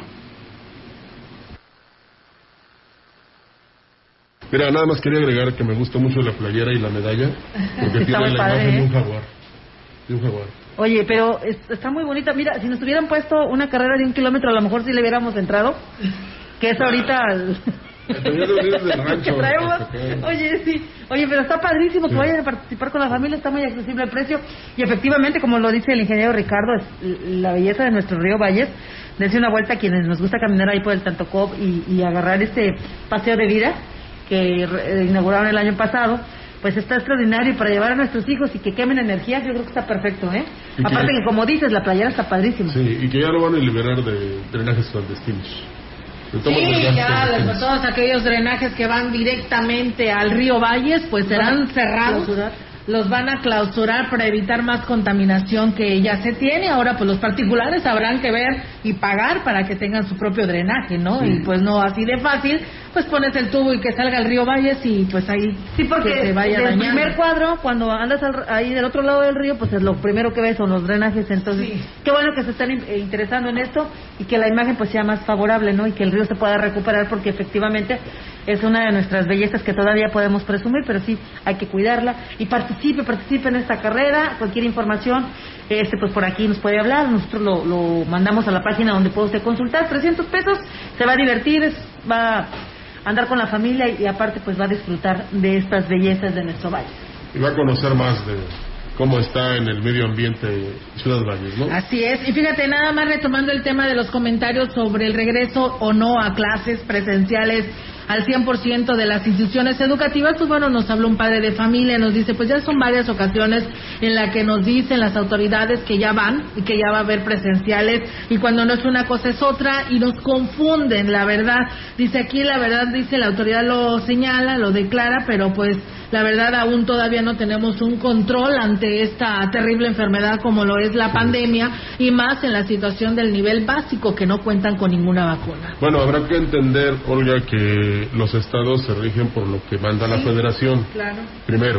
Mira, nada más quería agregar que me gusta mucho la playera y la medalla, porque Está tiene muy la padre, imagen de ¿eh? un jaguar. De un jaguar. Oye, pero es- está muy bonita. Mira, si nos hubieran puesto una carrera de un kilómetro, a lo mejor sí le hubiéramos entrado. Que es ahorita el- Debería de venir del rancho. que traemos. hasta acá. Oye, sí. Oye, pero está padrísimo que Sí. vayan a participar con la familia. Está muy accesible el precio. Y efectivamente, como lo dice el ingeniero Ricardo, es la belleza de nuestro río Valles. Dense una vuelta a quienes nos gusta caminar ahí por el Tantocop y, y agarrar este paseo de vida que eh, inauguraron el año pasado. Pues está extraordinario y para llevar a nuestros hijos y que quemen energías, yo creo que está perfecto, ¿eh? Y que- Aparte que, como dices, la playera está padrísima. Sí, y que ya lo van a liberar de drenajes clandestinos. De todos los Sí, drenajes ya, clandestinos. de todos aquellos drenajes que van directamente al río Valles, pues serán cerrados. Los van a clausurar para evitar más contaminación que ya se tiene. Ahora, pues los particulares habrán que ver y pagar para que tengan su propio drenaje, ¿no? Sí. Y pues no así de fácil, pues pones el tubo y que salga al río Valles y pues ahí Sí, porque que se vaya del dañando. primer cuadro, cuando andas al- ahí del otro lado del río, pues es lo primero que ves son los drenajes. Entonces, Sí. qué bueno que se están in- eh, interesando en esto y que la imagen pues sea más favorable, ¿no? Y que el río se pueda recuperar porque efectivamente es una de nuestras bellezas que todavía podemos presumir, pero sí hay que cuidarla. Y participe, participe en esta carrera. Cualquier información, este pues por aquí nos puede hablar. Nosotros lo, lo mandamos a la página donde puede usted consultar. trescientos pesos, se va a divertir, es- va a andar con la familia y, y aparte pues va a disfrutar de estas bellezas de nuestro valle. Y va a conocer más de cómo está en el medio ambiente Ciudad Valles, ¿no? Así es, y fíjate, nada más retomando el tema de los comentarios sobre el regreso o no a clases presenciales al cien por ciento de las instituciones educativas, pues bueno, nos habló un padre de familia, nos dice, pues ya son varias ocasiones en las que nos dicen las autoridades que ya van y que ya va a haber presenciales, y cuando no es una cosa es otra, y nos confunden, la verdad. Dice aquí, la verdad, dice, la autoridad lo señala, lo declara, pero pues la verdad aún todavía no tenemos un control ante esta terrible enfermedad como lo es la pandemia, y más en la situación del nivel básico, que no cuentan con ninguna vacuna. Bueno, habrá que entender, Olga, que los estados se rigen por lo que manda la Sí, federación, claro. primero.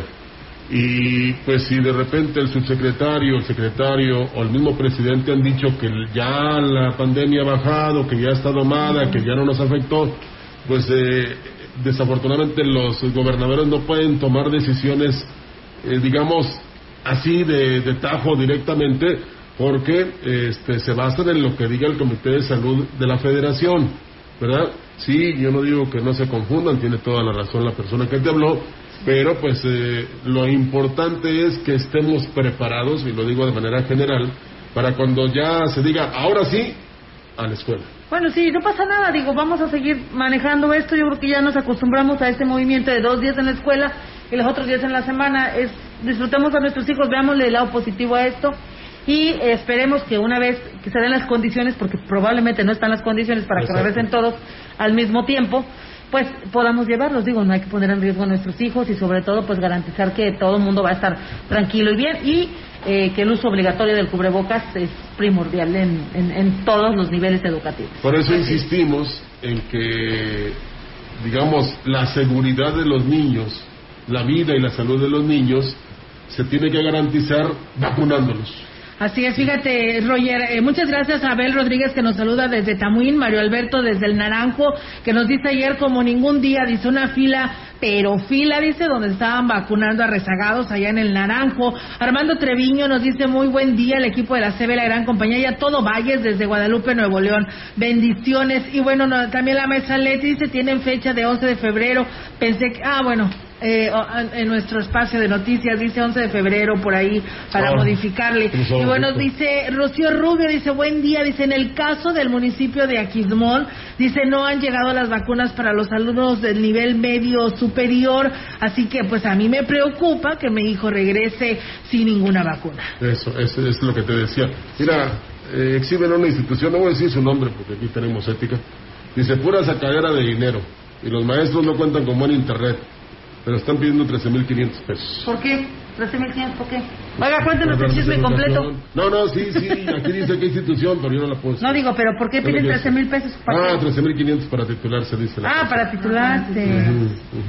Y pues si de repente el subsecretario, el secretario o el mismo presidente han dicho que ya la pandemia ha bajado, que ya está domada, que ya no nos afectó, pues eh, desafortunadamente los gobernadores no pueden tomar decisiones, eh, digamos, así de, de tajo directamente, porque este, se basan en lo que diga el Comité de Salud de la Federación, ¿verdad? Sí, yo no digo que no se confundan, tiene toda la razón la persona que te habló, pero pues eh, lo importante es que estemos preparados, y lo digo de manera general, para cuando ya se diga, ahora sí, a la escuela. Bueno, sí, no pasa nada, digo, vamos a seguir manejando esto. Yo creo que ya nos acostumbramos a este movimiento de dos días en la escuela y los otros días en la semana. Es, disfrutemos a nuestros hijos, veámosle el lado positivo a esto y eh, esperemos que una vez que se den las condiciones, porque probablemente no están las condiciones para Exacto. que regresen todos al mismo tiempo, pues podamos llevarlos. Digo, no hay que poner en riesgo a nuestros hijos y sobre todo pues garantizar que todo el mundo va a estar tranquilo y bien, y eh, que el uso obligatorio del cubrebocas es primordial en, en, en todos los niveles educativos. Por eso insistimos en que, digamos, la seguridad de los niños, la vida y la salud de los niños, se tiene que garantizar vacunándolos. Así es, fíjate, Roger, eh, muchas gracias a Abel Rodríguez, que nos saluda desde Tamuín, Mario Alberto desde el Naranjo, que nos dice ayer como ningún día, dice una fila, pero fila, dice, donde estaban vacunando a rezagados allá en el Naranjo. Armando Treviño nos dice muy buen día, el equipo de la C B, la gran compañía, ya todo Valles desde Guadalupe, Nuevo León, bendiciones. Y bueno, no, también la maestra Leti dice, tienen fecha de once de febrero, pensé que, ah, bueno, Eh, en nuestro espacio de noticias dice once de febrero por ahí para Oh, modificarle. cruzado Y bueno, rico. dice Rocío Rubio, dice buen día, dice en el caso del municipio de Aquismón, dice no han llegado las vacunas para los alumnos del nivel medio superior, así que pues a mí me preocupa que mi hijo regrese sin ninguna vacuna. Eso, eso es lo que te decía. Mira, eh, exhiben una institución, no voy a decir su nombre porque aquí tenemos ética, dice pura sacadera de dinero, y los maestros no cuentan con buen internet, pero están pidiendo trece mil quinientos pesos. ¿Por qué? trece mil quinientos, ¿por qué? Oiga, cuéntenos el chisme completo. No, no, sí, sí, aquí dice qué institución, pero yo no la puedo decir. No digo, pero ¿por qué No piden lo pienso. trece mil pesos? ¿Para Ah, qué? trece mil quinientos para titularse, dice la Ah, cosa. para titularse. Ujú, ujú.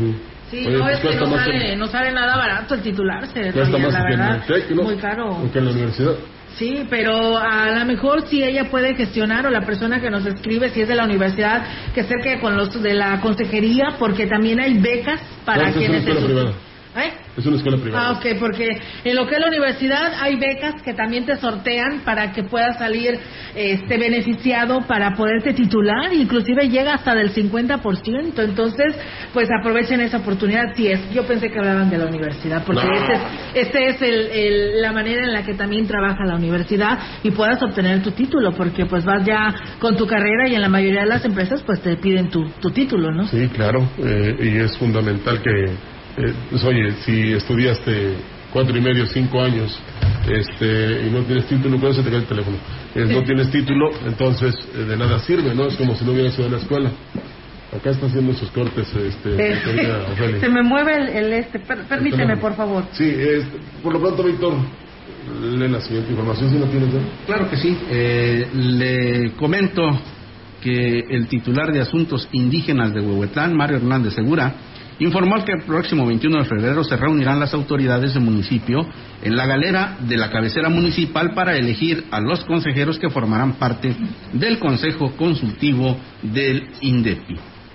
Sí, Oye, no, pues es que cuesta no más sale, en- no sale nada barato el titularse, Cuesta Roger, más la que en verdad, el TEC, ¿no? muy caro. O que en la universidad. Sí, pero a lo mejor si ella puede gestionar, o la persona que nos escribe, si es de la universidad, que acerque con los de la consejería, porque también hay becas para No, es una quienes... escuela se- privada. ¿Eh? Es una escuela privada. Ah, ok, porque en lo que es la universidad hay becas que también te sortean para que puedas salir este beneficiado para poderte titular, inclusive llega hasta del cincuenta por ciento, entonces pues aprovechen esa oportunidad. Si es, yo pensé que hablaban de la universidad, porque No. este es, este es el, el- la manera en la que también trabaja la universidad y puedas obtener tu título, porque pues vas ya con tu carrera y en la mayoría de las empresas pues te piden tu, tu título, ¿no? Sí, claro, eh, y es fundamental que, eh, pues, oye, si estudiaste cuatro y medio, cinco años, este, y no tienes título, ¿cuándo se te cae el teléfono? Eh, no tienes título, entonces eh, de nada sirve, ¿no? Es como si no hubieras ido a la escuela. Acá está haciendo sus cortes, este, Eh, mi querida Ofelia. Se me mueve el, el este. Per- permíteme, teléfono. por favor. Sí, este, por lo pronto, Víctor, lee la siguiente información, si no tienes, ¿no? Claro que sí. Eh, le comento que el titular de Asuntos Indígenas de Huehuetlán, Mario Hernández Segura, informó que el próximo veintiuno de febrero se reunirán las autoridades del municipio en la galera de la cabecera municipal para elegir a los consejeros que formarán parte del Consejo Consultivo del INDEPI.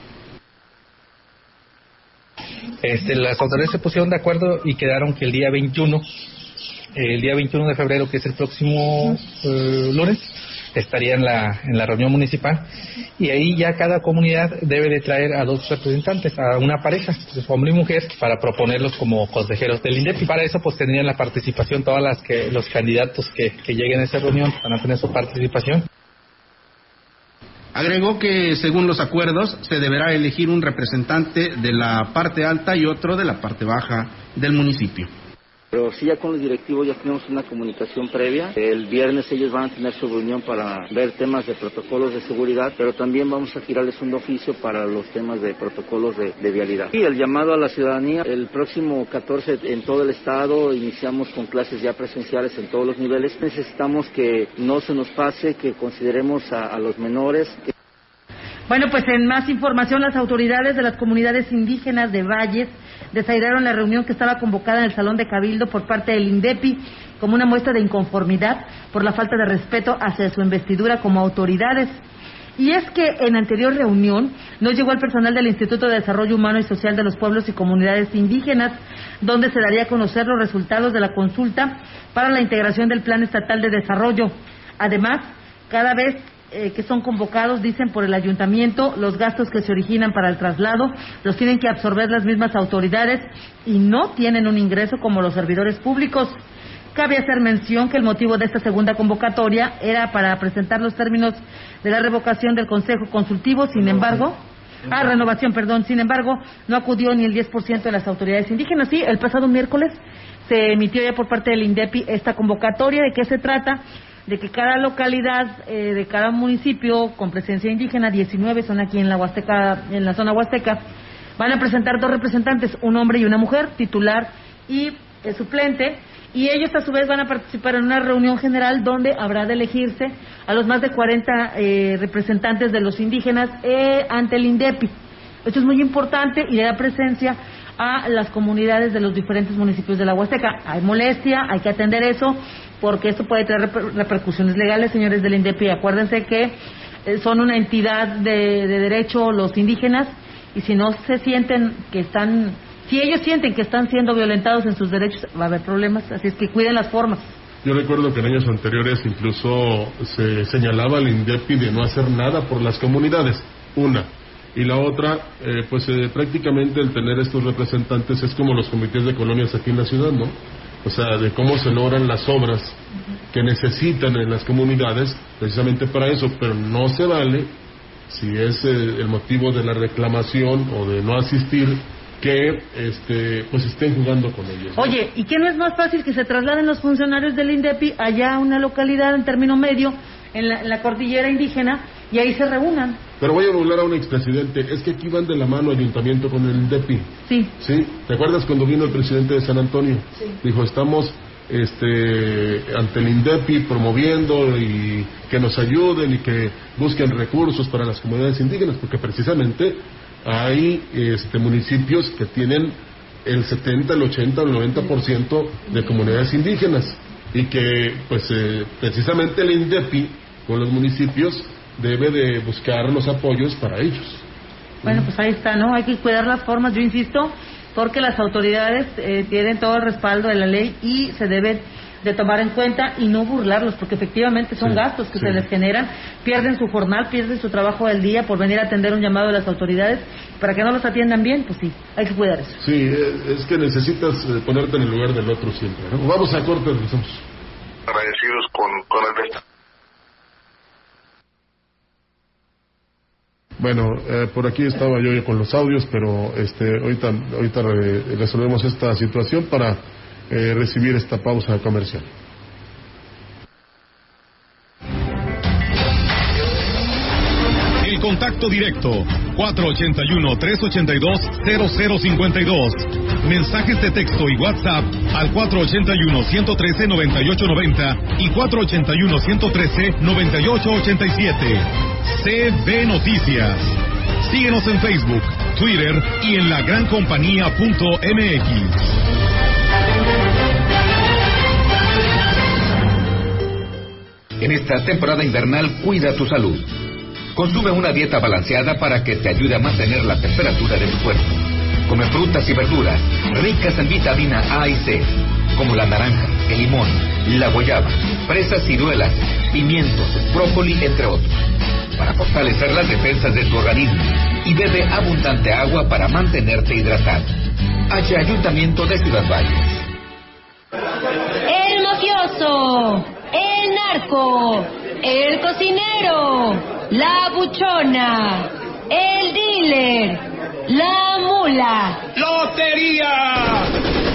Este, las autoridades se pusieron de acuerdo y quedaron que el día veintiuno, eh, el día veintiuno de febrero, que es el próximo eh, lunes, estaría en la, en la reunión municipal, y ahí ya cada comunidad debe de traer a dos representantes, a una pareja, pues, hombre y mujer, para proponerlos como consejeros del INDEPI. Para eso pues tendrían la participación todas las que los candidatos que, que lleguen a esa reunión van a tener su participación. Agregó que, según los acuerdos, se deberá elegir un representante de la parte alta y otro de la parte baja del municipio. Pero sí, ya con los directivos ya tenemos una comunicación previa. El viernes ellos van a tener su reunión para ver temas de protocolos de seguridad, pero también vamos a girarles un oficio para los temas de protocolos de, de vialidad. Y el llamado a la ciudadanía, el próximo catorce en todo el estado iniciamos con clases ya presenciales en todos los niveles. Necesitamos que no se nos pase, que consideremos a, a los menores. Que... Bueno, pues en más información, las autoridades de las comunidades indígenas de Valles desairaron la reunión que estaba convocada en el Salón de Cabildo por parte del INDEPI como una muestra de inconformidad por la falta de respeto hacia su investidura como autoridades. Y es que en anterior reunión no llegó el personal del Instituto de Desarrollo Humano y Social de los Pueblos y Comunidades Indígenas, donde se daría a conocer los resultados de la consulta para la integración del Plan Estatal de Desarrollo. Además, cada vez Eh, que son convocados, dicen, por el ayuntamiento, los gastos que se originan para el traslado los tienen que absorber las mismas autoridades y no tienen un ingreso como los servidores públicos. Cabe hacer mención que el motivo de esta segunda convocatoria era para presentar los términos de la revocación del Consejo Consultivo, sin embargo, ah, renovación, perdón, sin embargo, no acudió ni el diez por ciento de las autoridades indígenas. Sí, el pasado miércoles se emitió ya por parte del INDEPI esta convocatoria. ¿De qué se trata? De que cada localidad eh, de cada municipio con presencia indígena, diecinueve son aquí en la Huasteca, en la zona huasteca, van a presentar dos representantes, un hombre y una mujer, titular y eh, suplente, y ellos a su vez van a participar en una reunión general donde habrá de elegirse a los más de cuarenta eh, representantes de los indígenas eh, ante el INDEPI. Esto es muy importante y le da presencia a las comunidades de los diferentes municipios de la Huasteca. Hay molestia, hay que atender eso, porque esto puede traer reper- repercusiones legales, señores del INDEPI. Acuérdense que eh, son una entidad de, de derecho los indígenas, y si no se sienten que están, si ellos sienten que están siendo violentados en sus derechos, va a haber problemas, así es que cuiden las formas. Yo recuerdo que en años anteriores incluso se señalaba al INDEPI de no hacer nada por las comunidades, una. Y la otra, eh, pues eh, prácticamente el tener estos representantes es como los comités de colonias aquí en la ciudad, ¿no? O sea, de cómo se logran las obras que necesitan en las comunidades, precisamente para eso, pero no se vale, si es eh, el motivo de la reclamación o de no asistir, que este pues estén jugando con ellos, ¿no? Oye, ¿y qué no es más fácil que se trasladen los funcionarios del INDEPI allá a una localidad en término medio, en la, en la cordillera indígena, y ahí se reúnan? Pero voy a burlar a un expresidente, es que aquí van de la mano ayuntamiento con el INDEPI. Sí. ¿Sí? ¿Te acuerdas cuando vino el presidente de San Antonio? Sí. Dijo, estamos este ante el INDEPI promoviendo y que nos ayuden y que busquen recursos para las comunidades indígenas, porque precisamente hay este, municipios que tienen el setenta, el ochenta, el noventa por ciento de comunidades indígenas y que pues eh, precisamente el INDEPI con los municipios debe de buscar los apoyos para ellos. Bueno, pues ahí está, ¿no? Hay que cuidar las formas, yo insisto, porque las autoridades eh, tienen todo el respaldo de la ley y se deben de tomar en cuenta y no burlarlos, porque efectivamente son sí, gastos que sí. se les generan, pierden su jornal, pierden su trabajo del día por venir a atender un llamado de las autoridades, para que no los atiendan bien, pues sí, hay que cuidar eso. Sí, es que necesitas ponerte en el lugar del otro siempre, ¿no? Vamos a corte, regresamos. Agradecidos con, con el resto. Bueno, eh, por aquí estaba yo con los audios, pero este ahorita, ahorita re, resolvemos esta situación para eh, recibir esta pausa comercial. El contacto directo cuatro ochenta y uno, tres ochenta y dos, cero cero cincuenta y dos. Mensajes de texto y WhatsApp al cuatro ochenta y uno, ciento trece, noventa y ocho noventa y cuatro ochenta y uno, ciento trece, noventa y ocho ochenta y siete. C B Noticias. Síguenos en Facebook, Twitter y en la gran compañía punto m x. En esta temporada invernal, cuida tu salud. Consume una dieta balanceada para que te ayude a mantener la temperatura de tu cuerpo. Come frutas y verduras ricas en vitamina A y C, como la naranja, el limón, la guayaba, fresas, ciruelas, pimientos, brócoli, entre otros, para fortalecer las defensas de tu organismo, y bebe abundante agua para mantenerte hidratado. H. Ayuntamiento de Ciudad Valles. El mafioso, el narco, el cocinero, la buchona, el dealer, la mula. ¡Lotería!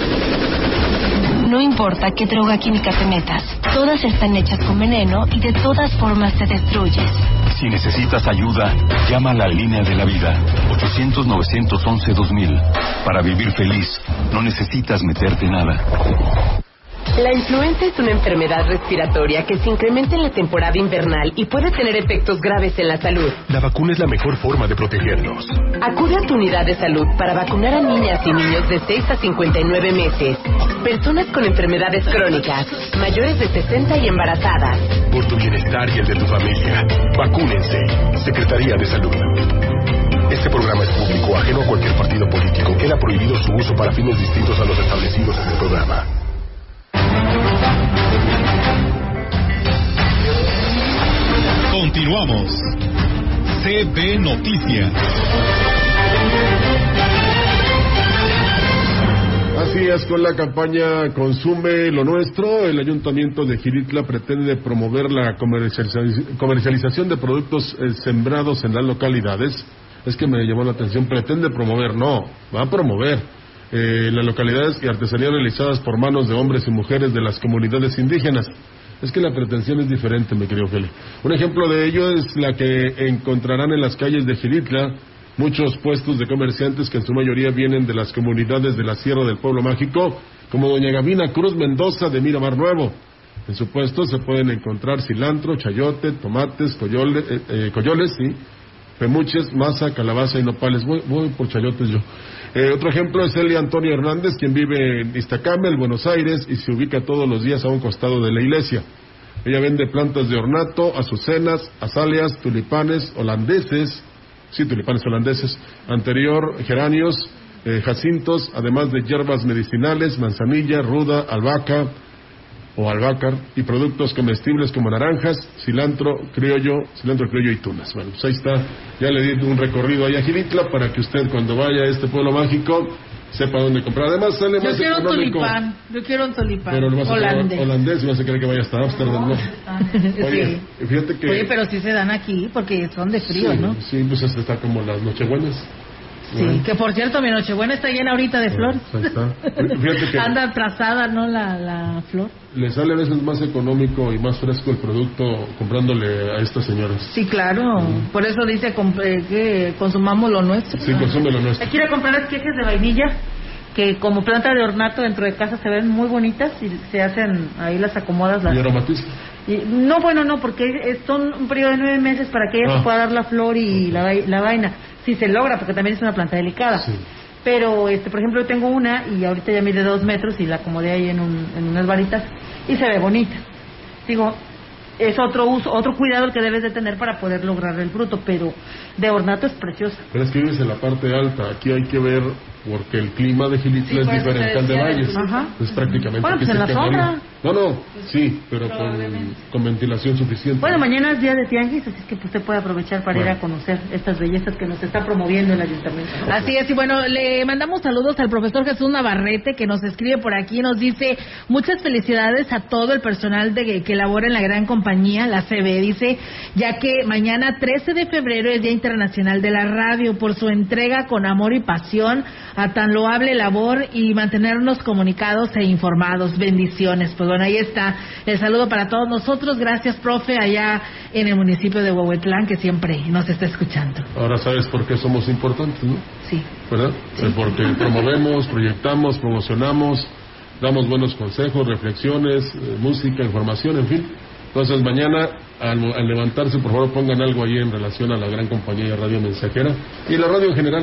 No importa qué droga química te metas, todas están hechas con veneno y de todas formas te destruyes. Si necesitas ayuda, llama a la línea de la vida, ochocientos, novecientos once, dos mil. Para vivir feliz, no necesitas meterte nada. La influenza es una enfermedad respiratoria que se incrementa en la temporada invernal y puede tener efectos graves en la salud. La vacuna es la mejor forma de protegernos. Acude a tu unidad de salud para vacunar a niñas y niños de seis a cincuenta y nueve meses, personas con enfermedades crónicas, mayores de sesenta y embarazadas. Por tu bienestar y el de tu familia, vacúnense. Secretaría de Salud. Este programa es público, ajeno a cualquier partido político. Queda prohibido su uso para fines distintos a los establecidos en el programa. Continuamos. C B Noticias. Así es, con la campaña Consume lo Nuestro, el Ayuntamiento de Xilitla pretende promover la comercialización de productos eh, sembrados en las localidades. Es que me llamó la atención, pretende promover, no, va a promover eh, las localidades y artesanías realizadas por manos de hombres y mujeres de las comunidades indígenas. Es que la pretensión es diferente, mi querido Feli. Un ejemplo de ello es la que encontrarán en las calles de Xilitla, muchos puestos de comerciantes que en su mayoría vienen de las comunidades de la Sierra del Pueblo Mágico, como doña Gavina Cruz Mendoza de Miramar Nuevo. En su puesto se pueden encontrar cilantro, chayote, tomates, coyole, eh, eh, coyoles, sí, pemuches, masa, calabaza y nopales. Voy, voy por chayotes yo. Eh, otro ejemplo es Elia Antonio Hernández, quien vive en Iztacamel, Buenos Aires, y se ubica todos los días a un costado de la iglesia. Ella vende plantas de ornato, azucenas, azaleas, tulipanes holandeses, sí, tulipanes holandeses, anterior, geranios, eh, jacintos, además de hierbas medicinales, manzanilla, ruda, albahaca o albácar, y productos comestibles como naranjas, cilantro criollo, cilantro criollo y tunas. Bueno, pues ahí está, ya le di un recorrido ahí a Xilitla para que usted cuando vaya a este pueblo mágico sepa dónde comprar. Además sale yo más quiero económico. Un tulipán, yo quiero un tulipán, pero lo vas a holandés. holandés y vas a querer que vaya hasta Amsterdam, ¿no? Oye, sí. Fíjate que... Oye, pero sí se dan aquí porque son de frío, sí, ¿no? Sí, pues hasta está como las nochebuenas. Sí, bueno. Que por cierto mi Nochebuena está llena ahorita de flores. Ahí está. Fíjate que anda atrasada, ¿no? La, la flor. Le sale a veces más económico y más fresco el producto comprándole a estas señoras. Sí, claro. Mm. Por eso dice eh, que consumamos lo nuestro. Sí, consume lo nuestro. Hay que ir a comprar las quejas de vainilla, que como planta de ornato dentro de casa se ven muy bonitas y se hacen, ahí las acomodas. Las... ¿Y aromatiza? Y, no, bueno, no, porque son un periodo de nueve meses para que ella ah. se pueda dar la flor y la, la vaina. si se logra, porque también es una planta delicada. Sí. Pero, este, por ejemplo, yo tengo una y ahorita ya mide dos metros y la acomodé ahí en, un, en unas varitas y se ve bonita. Digo, es otro uso, otro cuidado el que debes de tener para poder lograr el fruto, pero de ornato es preciosa. Pero es que vives en la parte alta, aquí hay que ver, porque el clima de Gilitla sí, es diferente al de Valles. Es prácticamente... Bueno, pues en la sombra. No, no, sí, pero con, con ventilación suficiente. Bueno, mañana es día de tianguis, así que usted puede aprovechar para bueno. ir a conocer estas bellezas que nos está promoviendo el ayuntamiento. Okay. Así es, y bueno, le mandamos saludos al profesor Jesús Navarrete, que nos escribe por aquí, nos dice, muchas felicidades a todo el personal de que labora en la gran compañía, la C B, dice, ya que mañana trece de febrero es Día Internacional de la Radio, por su entrega con amor y pasión a tan loable labor y mantenernos comunicados e informados. Bendiciones. Pues bueno, ahí está el saludo para todos nosotros. Gracias, profe, allá en el municipio de Huehuetlán, que siempre nos está escuchando. Ahora sabes por qué somos importantes, ¿no? Sí. ¿Verdad? Sí. Porque promovemos, proyectamos, promocionamos, damos buenos consejos, reflexiones, eh, música, información, en fin. Entonces mañana al, al levantarse, por favor, pongan algo ahí en relación a la gran compañía de Radio Mensajera y la radio en general,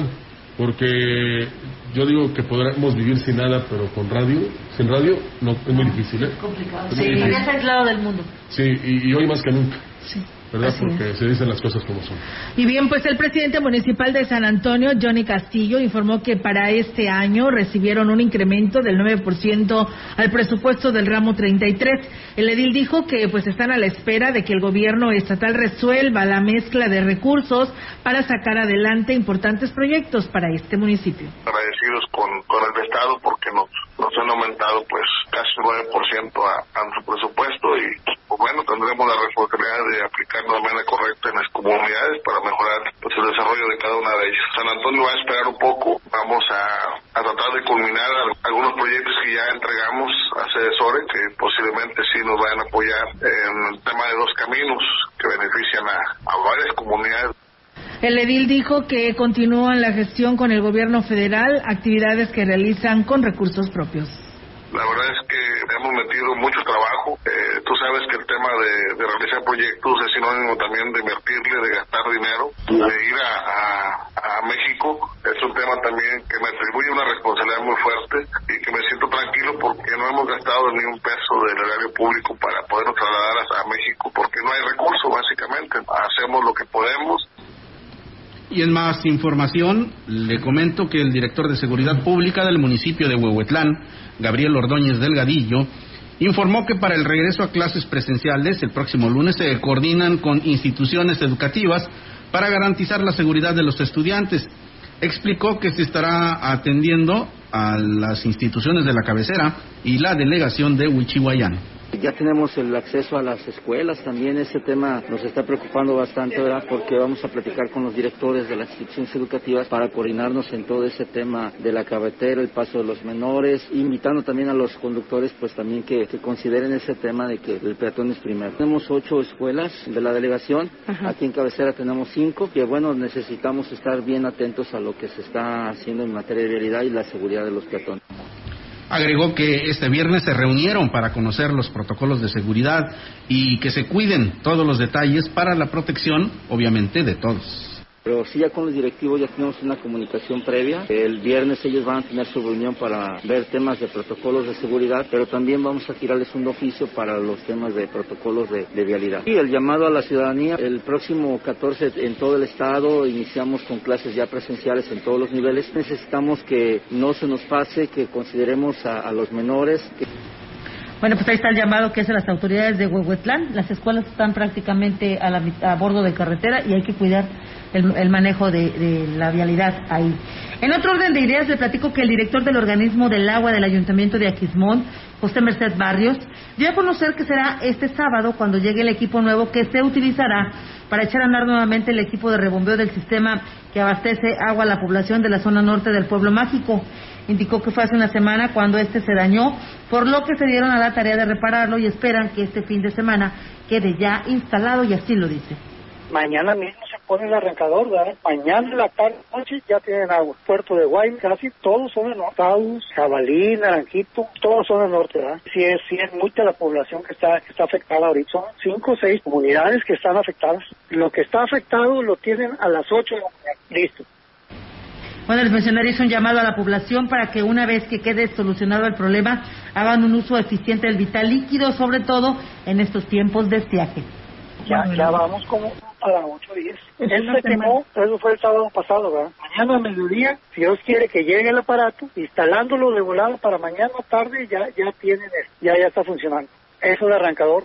porque yo digo que podremos vivir sin nada, pero con radio, sin radio, no, es muy difícil, ¿eh? Es complicado. Sí, estarías aislado del mundo. Sí, y, y hoy más que nunca. Sí. ¿Verdad? Así Porque es. se dicen las cosas como son. Y bien, pues el presidente municipal de San Antonio, Johnny Castillo, informó que para este año recibieron un incremento del nueve por ciento al presupuesto del ramo treinta y tres. El edil dijo que pues están a la espera de que el gobierno estatal resuelva la mezcla de recursos para sacar adelante importantes proyectos para este municipio. Agradecidos con, con el Estado porque nos, nos han aumentado pues casi nueve por ciento a, a nuestro presupuesto y pues, bueno, tendremos la responsabilidad de aplicar de manera correcta en las comunidades para mejorar pues, el desarrollo de cada una de ellas. San Antonio va a esperar un poco, vamos a, a tratar de culminar algunos proyectos que ya entregamos a Cedesore, que posiblemente sí nos vayan a apoyar en el tema de dos caminos que benefician a, a varias comunidades. El edil dijo que continúan la gestión con el gobierno federal, actividades que realizan con recursos propios. La verdad es que hemos metido mucho trabajo. Eh, tú sabes que el tema de, de realizar proyectos es sinónimo también de invertirle, de gastar dinero, de ir a, a, a México. Es un tema también que me atribuye una responsabilidad muy fuerte y que me siento tranquilo porque no hemos gastado ni un peso del erario público para podernos trasladar a, a México, porque no hay recursos, básicamente. Hacemos lo que podemos. Y en más información, le comento que el director de Seguridad Pública del municipio de Huehuetlán, Gabriel Ordóñez Delgadillo, informó que para el regreso a clases presenciales el próximo lunes se coordinan con instituciones educativas para garantizar la seguridad de los estudiantes. Explicó que se estará atendiendo a las instituciones de la cabecera y la delegación de Huichihuayán. Ya tenemos el acceso a las escuelas, también ese tema nos está preocupando bastante, ¿verdad? Porque vamos a platicar con los directores de las instituciones educativas para coordinarnos en todo ese tema de la carretera, el paso de los menores, invitando también a los conductores pues también que, que consideren ese tema de que el peatón es primero. Tenemos ocho escuelas de la delegación, Ajá. Aquí en cabecera tenemos cinco, que bueno, necesitamos estar bien atentos a lo que se está haciendo en materia de vialidad y la seguridad de los peatones. Agregó que este viernes se reunieron para conocer los protocolos de seguridad y que se cuiden todos los detalles para la protección, obviamente, de todos. Pero sí, ya con los directivos ya tenemos una comunicación previa. El viernes ellos van a tener su reunión para ver temas de protocolos de seguridad, pero también vamos a girarles un oficio para los temas de protocolos de, de vialidad. Y el llamado a la ciudadanía, el próximo catorce en todo el estado iniciamos con clases ya presenciales en todos los niveles. Necesitamos que no se nos pase, que consideremos a, a los menores. Que... Bueno, pues ahí está el llamado que hacen las autoridades de Huehuetlán. Las escuelas están prácticamente a, la, a bordo de carretera y hay que cuidar el, el manejo de, de la vialidad ahí. En otro orden de ideas, le platico que el director del organismo del agua del Ayuntamiento de Aquismón, José Merced Barrios, dio a conocer que será este sábado cuando llegue el equipo nuevo que se utilizará para echar a andar nuevamente el equipo de rebombeo del sistema que abastece agua a la población de la zona norte del Pueblo Mágico. Indicó que fue hace una semana cuando este se dañó, por lo que se dieron a la tarea de repararlo y esperan que este fin de semana quede ya instalado, y así lo dice. Mañana mismo se pone el arrancador, ¿verdad? Mañana en la tarde, noche ya tienen agua. Puerto de Guaymas, casi todos son del norte. Taus, Jabalí, Naranjito, todos son del norte, ¿verdad? Sí es, sí es mucha la población que está, que está afectada ahorita. Son cinco o seis comunidades que están afectadas. Lo que está afectado lo tienen a las ocho de la mañana. Listo. Bueno, el funcionario hizo un llamado a la población para que una vez que quede solucionado el problema, hagan un uso eficiente del vital líquido, sobre todo en estos tiempos de estiaje. Ya, ya vamos como para ocho días. Él se quemó, eso fue el sábado pasado, ¿verdad? Mañana a mediodía, si Dios quiere que llegue el aparato, instalándolo de volada para mañana tarde, ya ya tienen, ya ya está funcionando. Es un arrancador.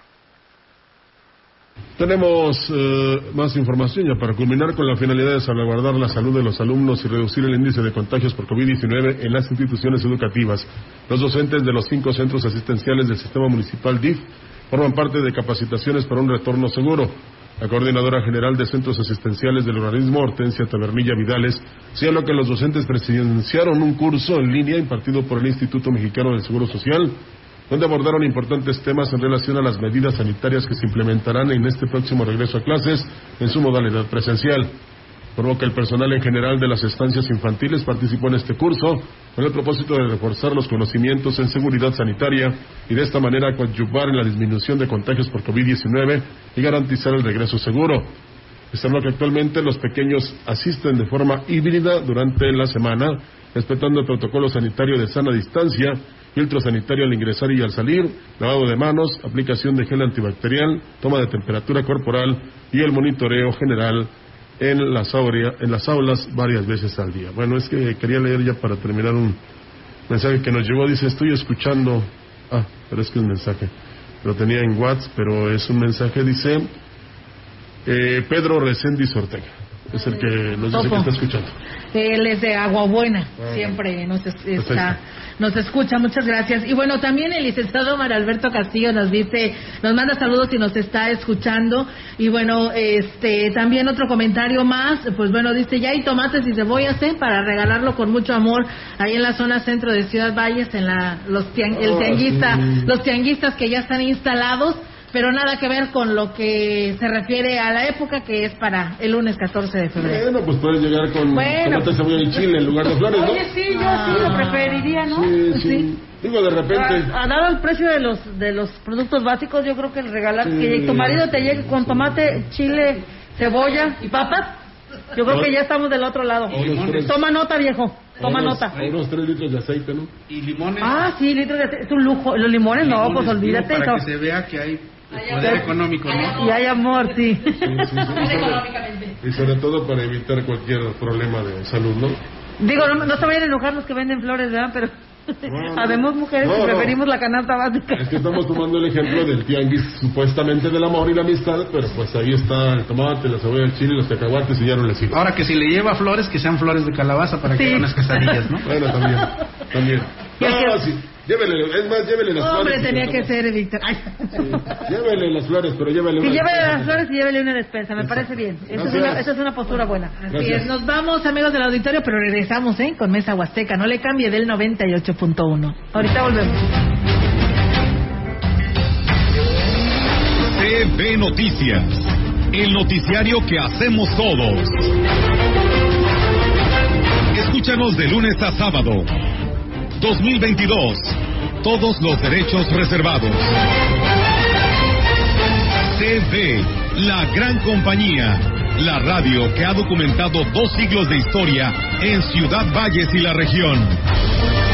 Tenemos eh, más información ya para culminar con la finalidad de salvaguardar la salud de los alumnos y reducir el índice de contagios por COVID diecinueve en las instituciones educativas. Los docentes de los cinco centros asistenciales del sistema municipal D I F forman parte de capacitaciones para un retorno seguro. La coordinadora general de centros asistenciales del organismo, Hortensia Tabernilla Vidales, señaló que los docentes presenciaron un curso en línea impartido por el Instituto Mexicano del Seguro Social, donde abordaron importantes temas en relación a las medidas sanitarias que se implementarán en este próximo regreso a clases en su modalidad presencial. Por lo que el personal en general de las estancias infantiles participó en este curso con el propósito de reforzar los conocimientos en seguridad sanitaria y de esta manera coadyuvar en la disminución de contagios por COVID diecinueve y garantizar el regreso seguro. Es lo que actualmente los pequeños asisten de forma híbrida durante la semana, respetando el protocolo sanitario de sana distancia, filtro sanitario al ingresar y al salir, lavado de manos, aplicación de gel antibacterial, toma de temperatura corporal y el monitoreo general en las, aurea, en las aulas varias veces al día. Bueno, es que quería leer ya para terminar un mensaje que nos llegó. Dice, estoy escuchando... Ah, pero es que el mensaje lo tenía en WhatsApp, pero es un mensaje, dice... Eh, Pedro Reséndiz Ortega es el que nos dice que está escuchando. Él es de Agua Buena, ah, siempre nos, es, está, nos escucha, muchas gracias. Y bueno, también el licenciado Omar Alberto Castillo nos dice, nos manda saludos y nos está escuchando. Y bueno, este también otro comentario más, pues bueno, dice, ya hay tomates y cebollas, ¿eh? Para regalarlo con mucho amor ahí en la zona centro de Ciudad Valles, en la los tiang, el tianguista, sí. Los tianguistas que ya están instalados. Pero nada que ver con lo que se refiere a la época, que es para el lunes catorce de febrero. Bueno, pues puedes llegar con bueno, tomate, cebolla y chile en lugar de flores, ¿no? Oye, sí, yo ah. sí lo preferiría, ¿no? Sí, sí. sí. Digo, de repente... A, a dado el precio de los de los productos básicos, yo creo que el regalar, sí. que tu marido te llegue con tomate, chile, cebolla y papas, yo creo ¿no? que ya estamos del otro lado. Toma nota, viejo. Toma unos, nota. Unos tres litros de aceite, ¿no? Y limones. Ah, sí, litros de aceite. Es un lujo. Los limones, limones no, pues olvídate. Para eso. que se vea que hay poder económico, ¿no? Y hay amor, sí. sí, sí, sí. Y, sobre, y sobre todo para evitar cualquier problema de salud, ¿no? Digo, no, no se vayan a enojar los que venden flores, ¿verdad? Pero no, sabemos mujeres no, que preferimos no. la canasta básica. Es que estamos tomando el ejemplo del tianguis supuestamente del amor y la amistad, pero pues ahí está el tomate, la cebolla, el chile, los cacahuates y ya no le sigo. Ahora que si le lleva flores, que sean flores de calabaza para sí. que hagan las quesadillas, ¿no? Bueno, también, también. No, sí. Llévele, es más, llévele las Hombre, flores. Hombre, tenía que ser, Víctor. Sí, llévele las flores, pero llévele sí, una llévele despensa. las flores y llévele una despensa, me Exacto. parece bien. Esa es, una, esa es una postura buena. Así Gracias. es, nos vamos, amigos del auditorio, pero regresamos, ¿eh? Con Mesa Huasteca. No le cambie del noventa y ocho punto uno. Ahorita volvemos. T V Noticias, el noticiario que hacemos todos. Escúchanos de lunes a sábado. dos mil veintidós. Todos los derechos reservados. T V, la gran compañía. La radio que ha documentado dos siglos de historia en Ciudad Valles y la región.